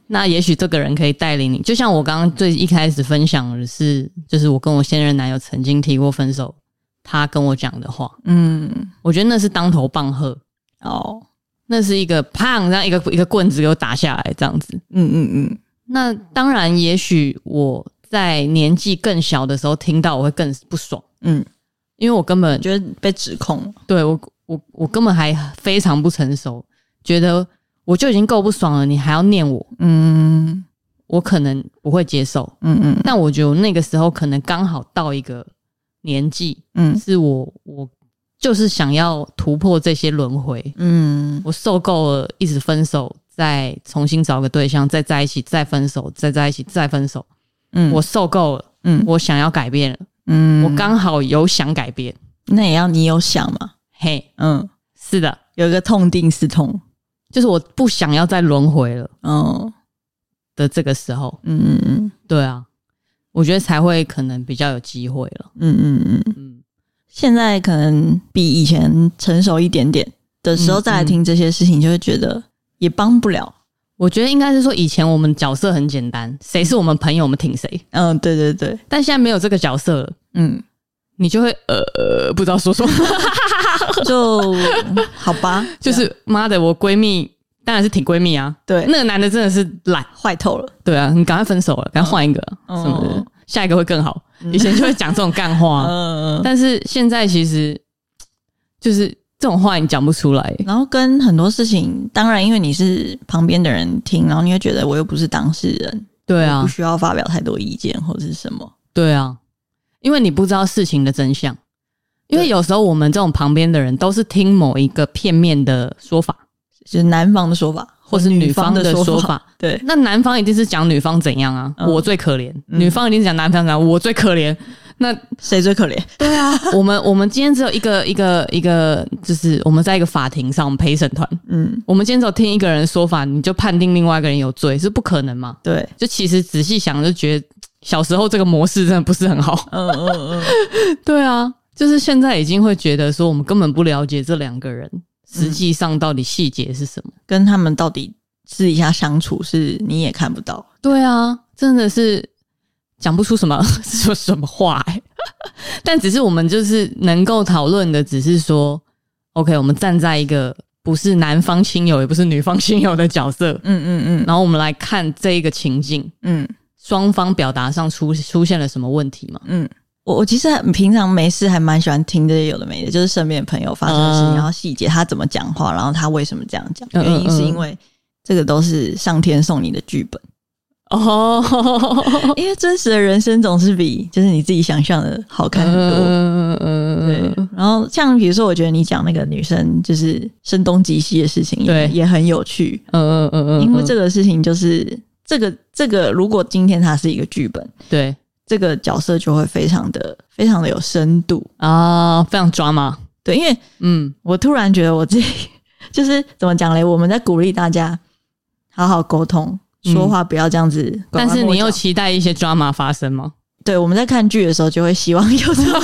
那也许这个人可以带领你，就像我刚刚最一开始分享的是，就是我跟我现任男友曾经提过分手，他跟我讲的话，我觉得那是当头棒喝哦，那是一个砰，这样一个棍子给我打下来，这样子，那当然，也许我在年纪更小的时候听到，我会更不爽，因为我根本觉得被指控， 对我根本还非常不成熟，觉得。我就已经够不爽了，你还要念我，我可能不会接受，但我觉得我那个时候可能刚好到一个年纪，是我就是想要突破这些轮回，我受够了一直分手，再重新找个对象，再在一起，再分手，再在一起，再分手，我受够了，我想要改变了，我刚好有想改变， 那也要你有想嘛， 嘿，是的， 有一个痛定思痛。 就是我不想要再轮回了，的这个时候，对啊，我觉得才会可能比较有机会了， 现在可能比以前成熟一点点的时候再来听这些事情，就会觉得也帮不了。 我觉得应该是说以前我们角色很简单，谁是我们朋友，我们挺谁， 对对对， 但现在没有这个角色了，你就会不知道说什么。 就好吧， 就是妈的，我闺蜜当然是挺闺蜜啊。对，那个男的真的是懒坏透了。 对啊，你赶快分手了，赶快换一个什么的，下一个会更好。以前就会讲这种干话，但是现在其实就是这种话你讲不出来。 然后跟很多事情，当然因为你是旁边的人听，然后你会觉得我又不是当事人， 对啊， 不需要发表太多意见或者是什么。 对啊，因为你不知道事情的真相。因为有时候我们这种旁边的人都是听某一个片面的说法， 就是男方的说法或是女方的说法， 对， 那男方一定是讲女方怎样啊，我最可怜，女方一定是讲男方怎样，我最可怜，那谁最可怜？ 对啊，我们今天只有一个，就是我们在一个法庭上，我们陪审团，我们今天只有听一个人的说法，你就判定另外一个人有罪，是不可能嘛？对，就其实仔细想就觉得小时候这个模式真的不是很好，对啊。就是现在已经会觉得说我们根本不了解这两个人实际上到底细节是什么， 跟他们到底私底下相处是你也看不到。 对啊，真的是讲不出什么说什么话但只是我们就是能够讨论的只是说 OK 我们站在一个不是男方亲友也不是女方亲友的角色，然后我们来看这一个情境，双方表达上出现了什么问题嘛， 我其实平常没事还蛮喜欢听这些有的没的，就是身边的朋友发生的事情，然后细节他怎么讲话，然后他为什么这样讲，原因是因为这个都是上天送你的剧本哦，因为真实的人生总是比就是你自己想象的好看很多，对。然后像比如说，我觉得你讲那个女生就是声东击西的事情也很有趣，因为这个事情就是这个，如果今天它是一个剧本，对。这个角色就会非常的有深度啊，非常抓马。 对，因为我突然觉得我自己就是怎么讲嘞？我们在鼓励大家好好沟通，说话不要这样子拐弯抹角。 但是你又期待一些抓马发生吗？ 对，我们在看剧的时候就会希望有这种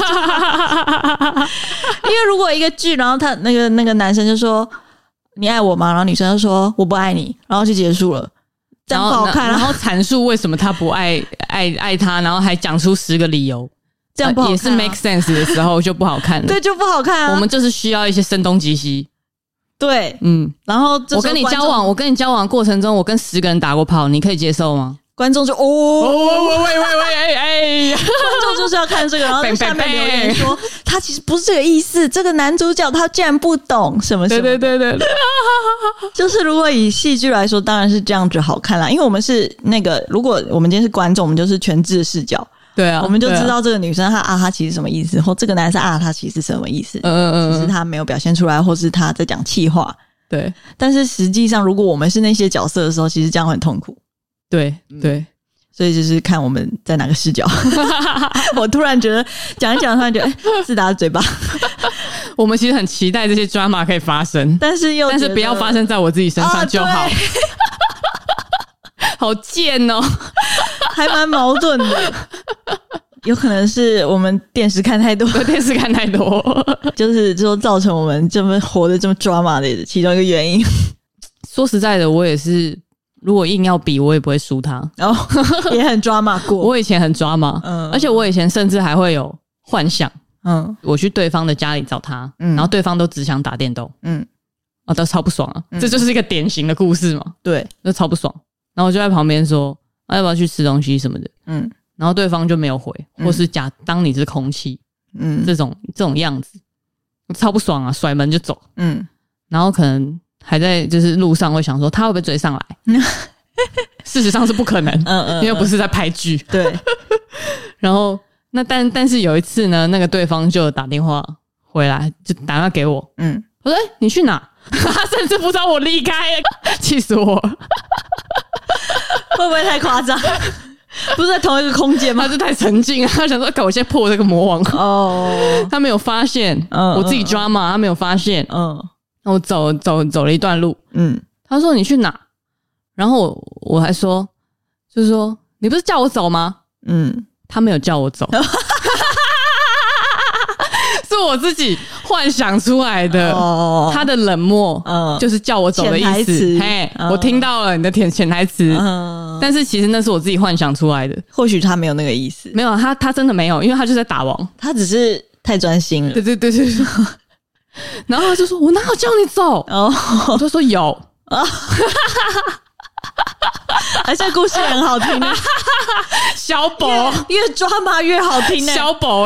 因为如果一个剧，然后他那个男生就说你爱我吗？然后女生就说我不爱你，然后就结束了。这样不好看， 然后阐述为什么他不爱他，然后还讲出10个理由， 这样不好看也是 make sense 的时候就不好看了。 对，就不好看啊。 我们就是需要一些声东击西。 对，然后我跟你交往的过程中，我跟10个人打过炮，你可以接受吗？ 观众就喂， 观众就是要看这个，然后在下面留言说他其实不是这个意思，这个男主角他竟然不懂什么什么。对，就是如果以戏剧来说，当然是这样子好看啦，因为我们是那个，如果我们今天是观众，我们就是全知的视角。对啊，我们就知道这个女生她其实什么意思，或这个男生他其实什么意思。其实他没有表现出来，或是他在讲气话。对，但是实际上，如果我们是那些角色的时候，其实这样会很痛苦。对，所以就是看我们在哪个视角。我突然觉得讲一讲，突然觉得自打嘴巴。 我们其实很期待这些 drama 可以发生，但是不要发生在我自己身上就好。好贱哦， 还蛮矛盾的。有可能是我们电视看太多，就是说造成我们这么活得这么 drama 的其中一个原因。 说实在的，我也是如果硬要比，我也不会输他。 也很抓马过。 我以前很抓马，而且我以前甚至还会有幻想，我去对方的家里找他，然后对方都只想打电动，都超不爽啊！这就是一个典型的故事嘛。对，就超不爽。然后我就在旁边说，要不要去吃东西什么的？然后对方就没有回，或是当你是空气，这种样子，超不爽啊！甩门就走，然后可能还在就是路上会想说，他会不会追上来？事实上是不可能，因为不是在拍剧。对，然后那但是有一次呢，那个对方就打电话回来，就打电话给我，我说你去哪？他甚至不知道我离开了，气死我了！ 会不会太夸张？不是在同一个空间吗？ 他是太沉浸啊！他想说，我先破这个魔网他没有发现，我自己抓嘛，他没有发现，我走了一段路，他说你去哪？然后我还说，就是说你不是叫我走吗？他没有叫我走。是我自己幻想出来的，他的冷漠就是叫我走的意思。我听到了你的潜台词，但是其实那是我自己幻想出来的。 或许他没有那个意思， 没有他真的没有，因为他就在打王， 他只是太专心了。 对。然后他就说：“我哪有叫你走？”我就说：“有。” 这故事很好听啊， 小宝越抓马越好听呢。 小宝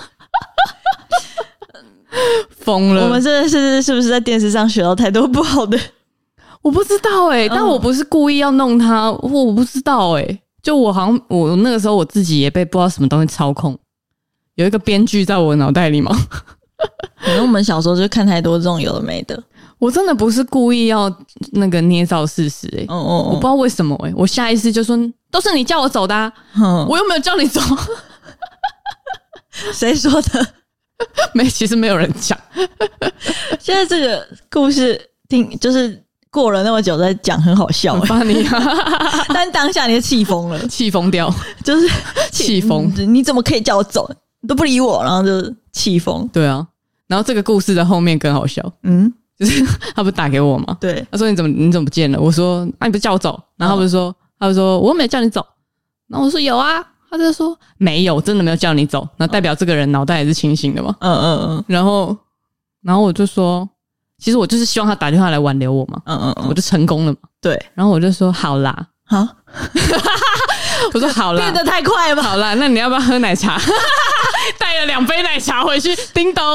疯了！ 我们真的是不是在电视上学到太多不好的？ 我不知道但我不是故意要弄他，我不知道就我好像我那个时候我自己也被不知道什么东西操控，有一个编剧在我脑袋里嘛。 可能我们小时候就看太多这种有的没的。 我真的不是故意要那个捏造事实我不知道为什么我下意识就说都是你叫我走的我又没有叫你走。 谁说的？ 其实没有人讲。 现在这个故事就是过了那么久再讲，很好笑， 很funny 但当下你就气疯了， 气疯掉， 就是气疯。 你怎么可以叫我走？你都不理我，然后就气疯。 对啊，然后这个故事的后面更好笑，就是他不是打给我吗？ 对， 他说你怎么不见了？我说你不是叫我走？然后他就说我没有叫你走。然后我说有啊。他就说没有，真的没有叫你走，那代表这个人脑袋也是清醒的嘛。然后我就说，其实我就是希望他打电话来挽留我嘛。我就成功了嘛。对，然后我就说好啦，我说好啦， 变得太快了吧？ 好啦，那你要不要喝奶茶？带了2杯奶茶回去，叮咚。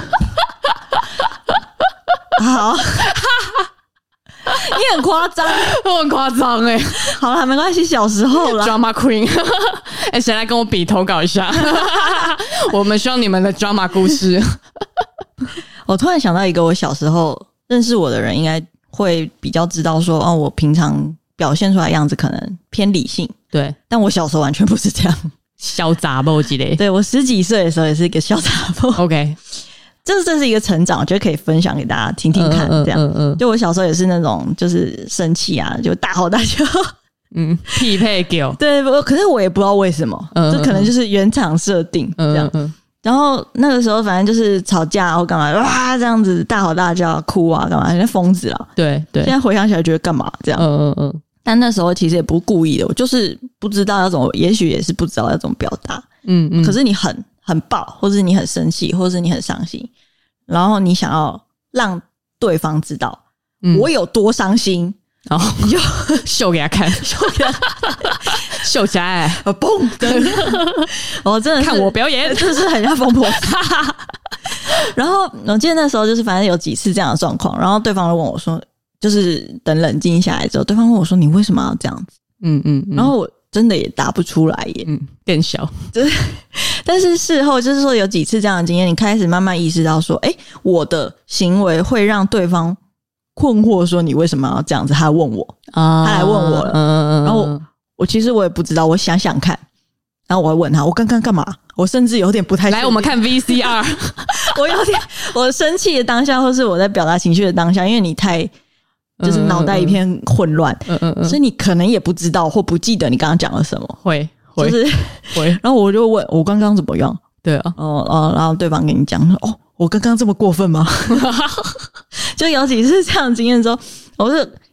好。你很夸张， 我很夸张好了，没关系，小时候了。 Drama Queen， 谁来跟我比投稿一下？我们需要你们的 drama 故事。 我突然想到一个，我小时候认识我的人应该会比较知道说，我平常表现出来的样子可能偏理性， 对， 但我小时候完全不是这样， 小杂包之类。 对，我10几岁的时候也是一个小杂包。 OK。 这是一个成长，我觉得可以分享给大家听听看。这样，就我小时候也是那种，就是生气啊，就大吼大叫， 匹配狗。 对，可是我也不知道为什么，这可能就是原厂设定这样。然后那个时候反正就是吵架或干嘛，哇，这样子大吼大叫、哭啊，干嘛，像疯子啊。对。现在回想起来，觉得干嘛这样？但那时候其实也不是故意的，我就是不知道要怎么，也许也是不知道要怎么表达。可是你很爆，或是你很生气，或是你很伤心，然后你想要让对方知道我有多伤心，然后你就秀给他看，秀起来， 嘣！真的是看我表演， 真的是很像疯婆子。然后我记得那时候就是反正有几次这样的状况，然后对方就问我说，就是等冷静下来之后，对方问我说：“你为什么要这样子？”然后我真的也答不出来耶， 变小。 但是事后就是说有几次这样的经验，你开始慢慢意识到说，我的行为会让对方困惑，说你为什么要这样子？他问我，他来问我了，然后我其实我也不知道，我想想看，然后我会问他，我刚刚干嘛？我甚至有点不太来，我们看 VCR。 我生气的当下，或是我在表达情绪的当下，因为你太就是脑袋一片混乱，所以你可能也不知道或不记得你刚刚讲了什么， 会。 然后我就问我刚刚怎么样？对啊，然后对方跟你讲我刚刚这么过分吗？就有几次这样的经验之后，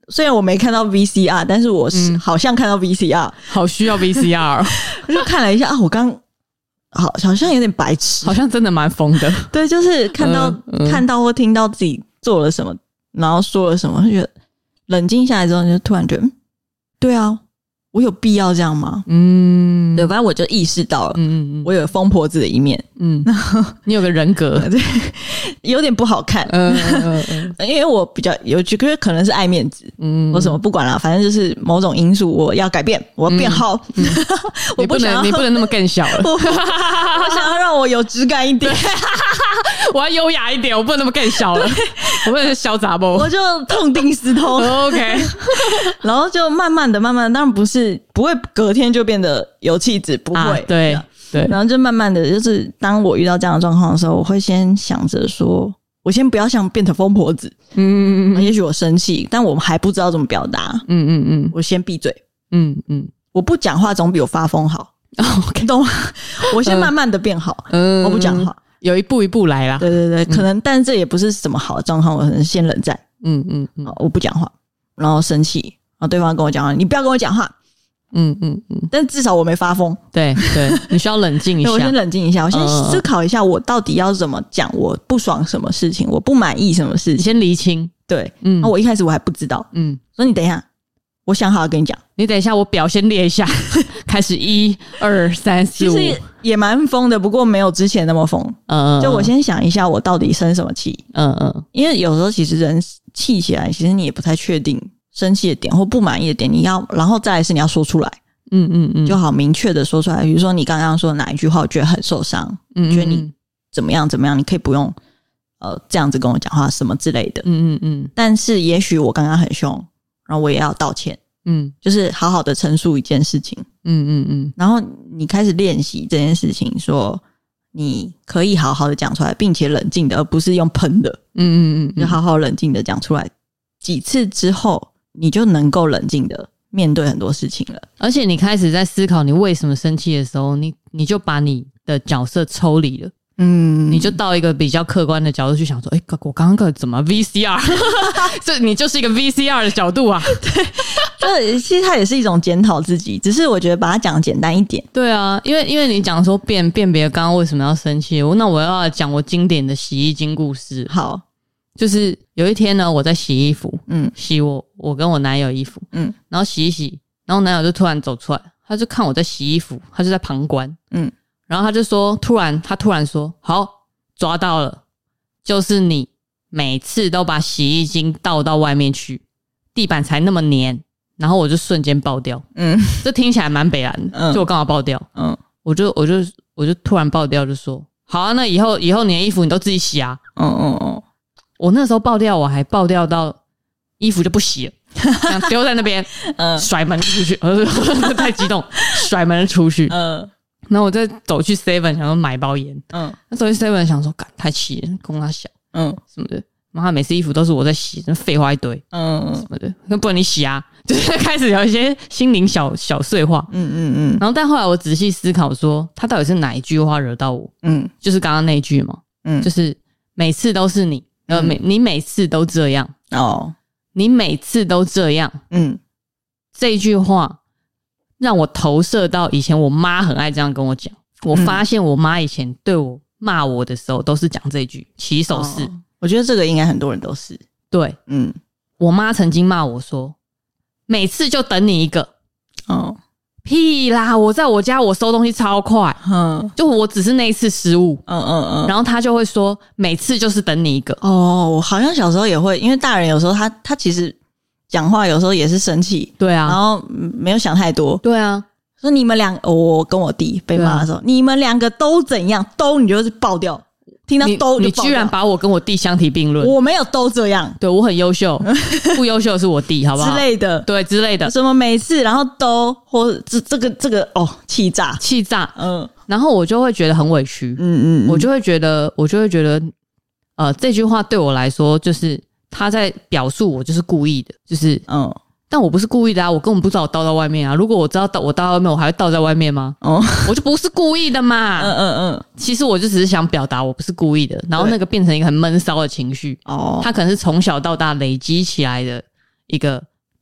虽然我没看到 VCR， 但是我是好像看到 VCR， 好需要 VCR， 我就看了一下啊，我刚好像有点白痴， 好像真的蛮疯的。 对，就是看到或听到自己做了什么，然后说了什么，就觉得冷静下来之后，就突然觉得，对啊，我有必要这样吗？对，反正我就意识到了，我有疯婆子的一面， 你有个人格， 对，有点不好看，因为我比较有觉得可能是爱面子，或什么不管啦，反正就是某种因素，我要改变，我要变好，我不想要你不能那么更小了， 我想要让我有质感一点， 我要优雅一点，我不能那么更小了，我不能潇洒不， 我就痛定思痛 ，OK， 然后就慢慢的，当然不会隔天就变得有气质，不会， 对， 然后就慢慢的，就是当我遇到这样的状况的时候，我会先想着说，我先不要像变成疯婆子，也许我生气，但我还不知道怎么表达，我先闭嘴，我不讲话总比我发疯好，懂吗？我先慢慢的变好，我不讲话， 有一步一步来啦， 对，可能，但这也不是什么好的状况，我可能先冷战，我不讲话，然后生气，然后对方跟我讲话，你不要跟我讲话。但至少我没发疯。 对，你需要冷静一下。 我先冷静一下，我先思考一下，我到底要怎么讲，我不爽什么事情，我不满意什么事情， 你先厘清。 对，那我一开始我还不知道，所以你等一下，我想好了跟你讲。 你等一下，我表先列一下，开始1、2、3、4、5， 其实也蛮疯的，不过没有之前那么疯。就我先想一下，我到底生什么气？因为有时候其实人气起来，其实你也不太确定。生气的点或不满意的点，然后再来是你要说出来，就好明确的说出来。比如说你刚刚说的哪一句话，我觉得很受伤，觉得你怎么样，你可以不用这样子跟我讲话什么之类的，但是也许我刚刚很凶，然后我也要道歉，就是好好的陈述一件事情，然后你开始练习这件事情，说你可以好好的讲出来，并且冷静的，而不是用喷的，就好好冷静的讲出来，几次之后。你就能够冷静的面对很多事情了， 而且你开始在思考你为什么生气的时候，你就把你的角色抽离了，你就到一个比较客观的角度去想说，我刚刚怎么 VCR？ 这你就是一个 VCR 的角度啊， 对，其实它也是一种检讨自己，只是我觉得把它讲简单一点。 对啊，因为你讲说辨别刚刚为什么要生气，那我要讲我经典的洗衣精故事。 好。 就是有一天呢，我在洗衣服，洗我跟我男友衣服，然后洗一洗，然后男友就突然走出来，他就看我在洗衣服，他就在旁观，然后他就说，他突然说，好，抓到了，就是你每次都把洗衣精倒到外面去，地板才那么黏，然后我就瞬间爆掉，这听起来蛮北蓝的，就我干嘛爆掉，我就突然爆掉，就说，好啊，那以后你的衣服你都自己洗啊，我那时候爆掉，我还爆掉到衣服就不洗了，这样丢在那边，甩门出去，太激动，甩门出去，然后我再走去 7 想说买包烟，那走去 7想说，干太气了，供他小，什么的，妈每次衣服都是我在洗，真废话一堆，什么的，那不然你洗啊，就是开始有一些心灵小碎话，然后但后来我仔细思考说，他到底是哪一句话惹到我，就是刚刚那一句嘛，就是每次都是你。你每次都这样你每次都这样，这一句话让我投射到以前我妈很爱这样跟我讲。我发现我妈以前对我骂我的时候都是讲这句起手式， 我觉得这个应该很多人都是。 对，我妈曾经骂我说，每次就等你一个。屁啦！我在我家我收东西超快，就我只是那一次失误，然后他就会说每次就是等你一个。 我好像小时候也会，因为大人有时候他其实讲话有时候也是生气， 对啊， 然后没有想太多， 对啊， 说你们我跟我弟被骂的时候，你们两个都怎样，都你就是爆掉。听到都你居然把我跟我弟相提并论， 我没有都这样， 对我很优秀，不优秀的是我弟，好不好？ 之类的， 对之类的， 什么每次然后都或这个气炸， 然后我就会觉得很委屈，我就会觉得这句话对我来说就是他在表述我就是故意的，就是但我不是故意的啊，我根本不知道我倒到外面啊。如果我知道我倒到外面，我还会倒在外面吗？我就不是故意的嘛。其实我就只是想表达我不是故意的，然后那个变成一个很闷骚的情绪。他可能是从小到大累积起来的一个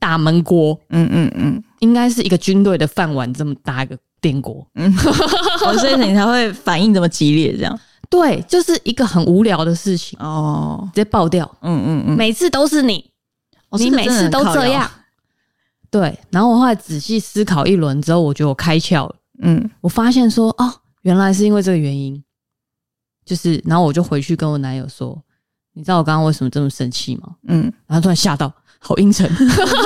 大焖锅，应该是一个军队的饭碗这么大一个电锅， 所以你才会反应这么激烈这样。 对，就是一个很无聊的事情直接爆掉，每次都是你每次都这样，对。然后我后来仔细思考一轮之后，我觉得我开窍了，我发现说原来是因为这个原因，就是然后我就回去跟我男友说，你知道我刚刚为什么这么生气吗？然后突然吓到，好阴沉，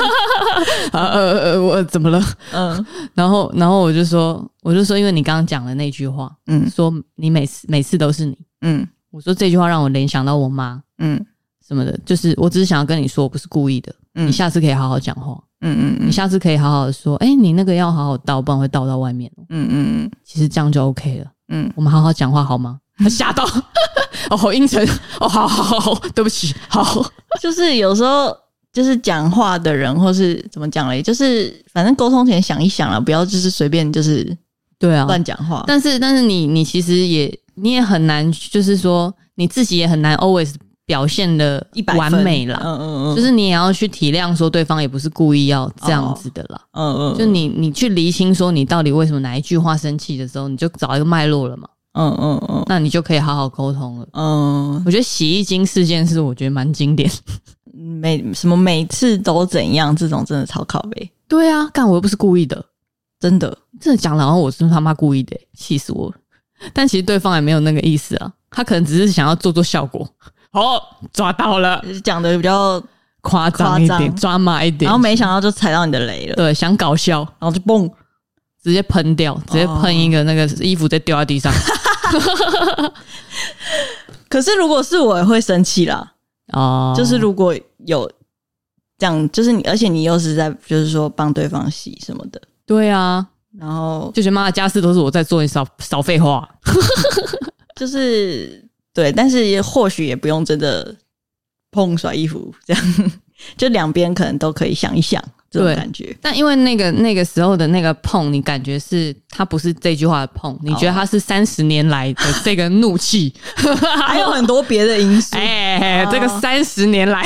我怎么了？然后我就说，因为你刚刚讲的那句话，说你每次都是你，我说这句话让我联想到我妈，什么的，就是我只是想要跟你说，我不是故意的，你下次可以好好讲话，你下次可以好好的说，你那个要好好倒，不然会倒到外面，其实这样就 OK 了，我们好好讲话好吗？他吓到，好阴沉，好，对不起，好， 就是有时候。就是讲话的人，或是怎么讲嘞？就是反正沟通前想一想啦，不要就是随便就是对啊乱讲话。 但是你其实你也很难，就是说你自己也很难 always 表现的完美啦。就是你也要去体谅说对方也不是故意要这样子的啦。就你去厘清说你到底为什么哪一句话生气的时候，你就找一个脉络了嘛。那你就可以好好沟通了。我觉得洗衣精事件是我觉得蛮经典。 每次都怎样，这种真的超靠北。 对啊，干我又不是故意的， 真的讲了，然后我是他妈故意的，气死我了。但其实对方也没有那个意思啊，他可能只是想要做效果。抓到了， 讲的比较夸张一点，抓马一点， 然后没想到就踩到你的雷了。 对，想搞笑， 然后就蹦， 直接喷掉，直接喷一个那个衣服再掉在地上。 可是如果是我也会生气啦。就是如果有这样，就是你，而且你又是在就是说帮对方洗什么的， 对啊， 然后就觉得妈的家事都是我在做，你少废话。 就是对，但是也或许也不用真的碰甩衣服这样，就两边可能都可以想一想这种感觉。 但因为那个时候的那个碰，你感觉是他不是这句话的碰，你觉得他是30年来的这个怒气， 还有很多别的因素。 这个30年来，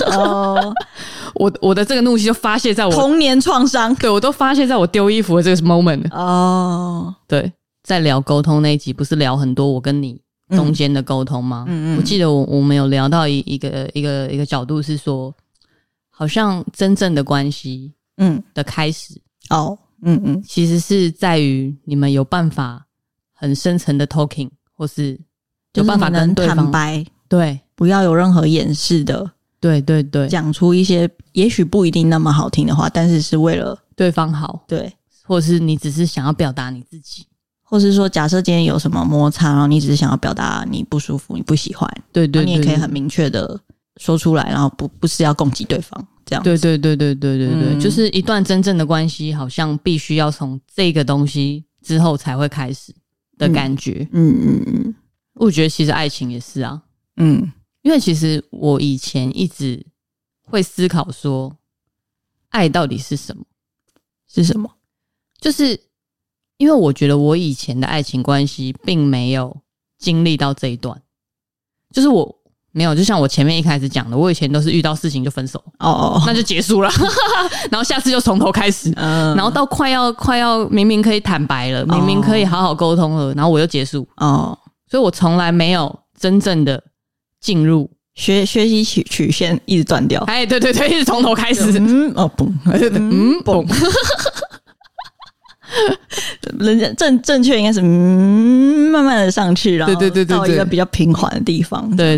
我的这个怒气就发泄在我童年创伤， 对，我都发泄在我丢衣服的这个 moment。对，在聊沟通那一集，不是聊很多我跟你中间的沟通吗？我记得我们有聊到一个角度是说，好像真正的关系的开始其实是在于你们有办法很深层的 talking， 或是有办法跟对方坦白， 对， 不要有任何掩饰的， 对， 讲出一些也许不一定那么好听的话，但是是为了对方好， 对， 或是你只是想要表达你自己， 或是说假设今天有什么摩擦，然后你只是想要表达你不舒服，你不喜欢， 对， 你也可以很明确的说出来，然后不是要攻击对方这样子。 对，就是一段真正的关系好像必须要从这个东西之后才会开始的感觉。我觉得其实爱情也是啊，因为其实我以前一直会思考说，爱到底是什么？ 是什么？ 就是因为我觉得我以前的爱情关系并没有经历到这一段，就是我没有，就像我前面一开始讲的，我以前都是遇到事情就分手，那就结束了，然后下次就从头开始，然后到快要明明可以坦白了，明明可以好好沟通了，然后我又结束，所以我从来没有真正的进入学习曲线一直断掉， 对，一直从头开始， 蹦，人家正确应该是慢慢的上去，然后到一个比较平缓的地方。 对，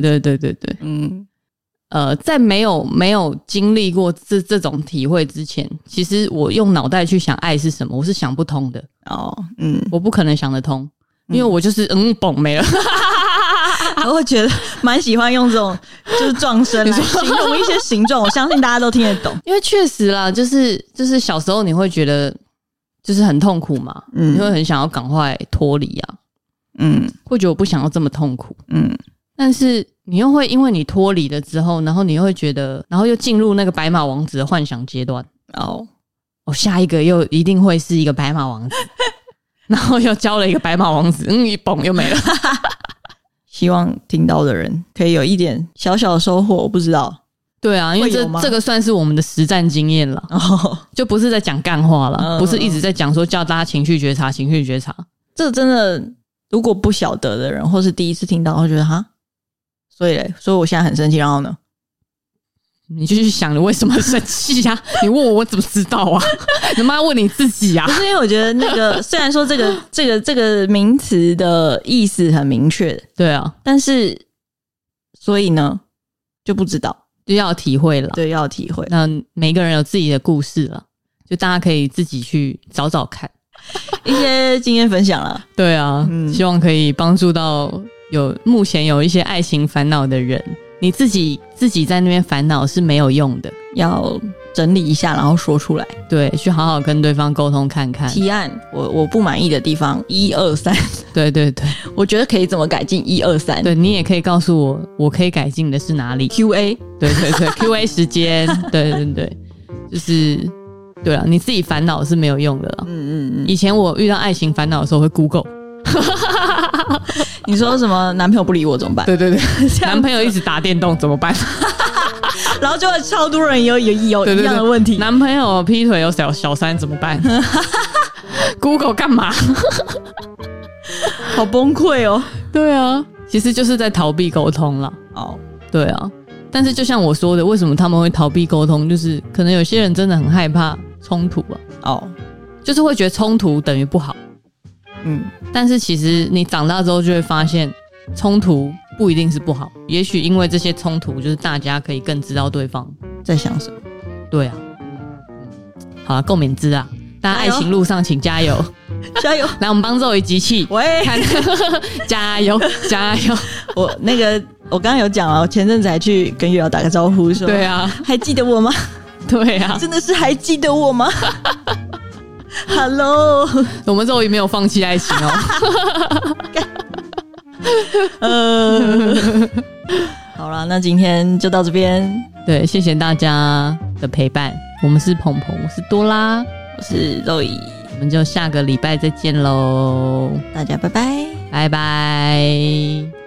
在没有经历过这种体会之前，其实我用脑袋去想爱是什么，我是想不通的。我不可能想得通，因为我就是蹦没了。 我会觉得蛮喜欢用这种就是撞声来形容一些形状，我相信大家都听得懂。 因为确实啦，就是小时候你会觉得就是很痛苦嘛，你会很想要赶快脱离啊，会觉得我不想要这么痛苦，但是你又会因为你脱离了之后，然后你又会觉得，然后又进入那个白马王子的幻想阶段，下一个又一定会是一个白马王子，然后又交了一个白马王子，一蹦又没了。 希望听到的人可以有一点小小的收获，我不知道。 对啊，因为这个算是我们的实战经验了，就不是在讲干话了，不是一直在讲说叫大家情绪觉察，情绪觉察。 这真的，如果不晓得的人，或是第一次听到，会觉得哈，所以我现在很生气，然后呢？ 你就去想你为什么生气啊？你问我怎么知道啊？你妈问你自己啊？ 不是因为我觉得那个虽然说这个名词的意思很明确， 对啊， 但是所以呢就不知道。 就要体会了， 对，要体会。 那每个人有自己的故事了，就大家可以自己去找找看一些经验分享了。 对啊，希望可以帮助到目前有一些爱情烦恼的人。你自己在那边烦恼是没有用的， 要整理一下，然后说出来。 对，去好好跟对方沟通看看。 提案，我不满意的地方1、2、3。 对对对， 我觉得可以怎么改进1、2、3。 对，你也可以告诉我可以改进的是哪里。 QA， 对对对，QA 时间，对对对，就是对啊，你自己烦恼是没有用的啦。以前我遇到爱情烦恼的时候会 Google。 你说什么男朋友不理我怎么办？ 对对对，男朋友一直打电动怎么办？ 然后就会超多人有一样的问题。 男朋友劈腿有小三怎么办？Google 干嘛？ 好崩溃哦！ 对啊，其实就是在逃避沟通啦。 哦， 对啊，但是就像我说的，为什么他们会逃避沟通？就是可能有些人真的很害怕冲突啊。 哦， 就是会觉得冲突等于不好。但是其实你长大之后就会发现，冲突不一定是不好，也许因为这些冲突，就是大家可以更知道对方在想什么。 对啊，好啦，共勉之啊！大家爱情路上请加油， 加油！ 来，我们帮周围集气， 喂， 加油，加油！ 我刚刚有讲了，我前阵子还去跟月瑶打个招呼，说， 对啊， 还记得我吗？ 对啊， 真的是还记得我吗？Hello， 我们周围没有放弃爱情哦。 好啦，那今天就到这边。 对，谢谢大家的陪伴。我们是鹏鹏，我是多拉， 我是肉姨， 我们就下个礼拜再见喽。 大家拜拜， 拜拜。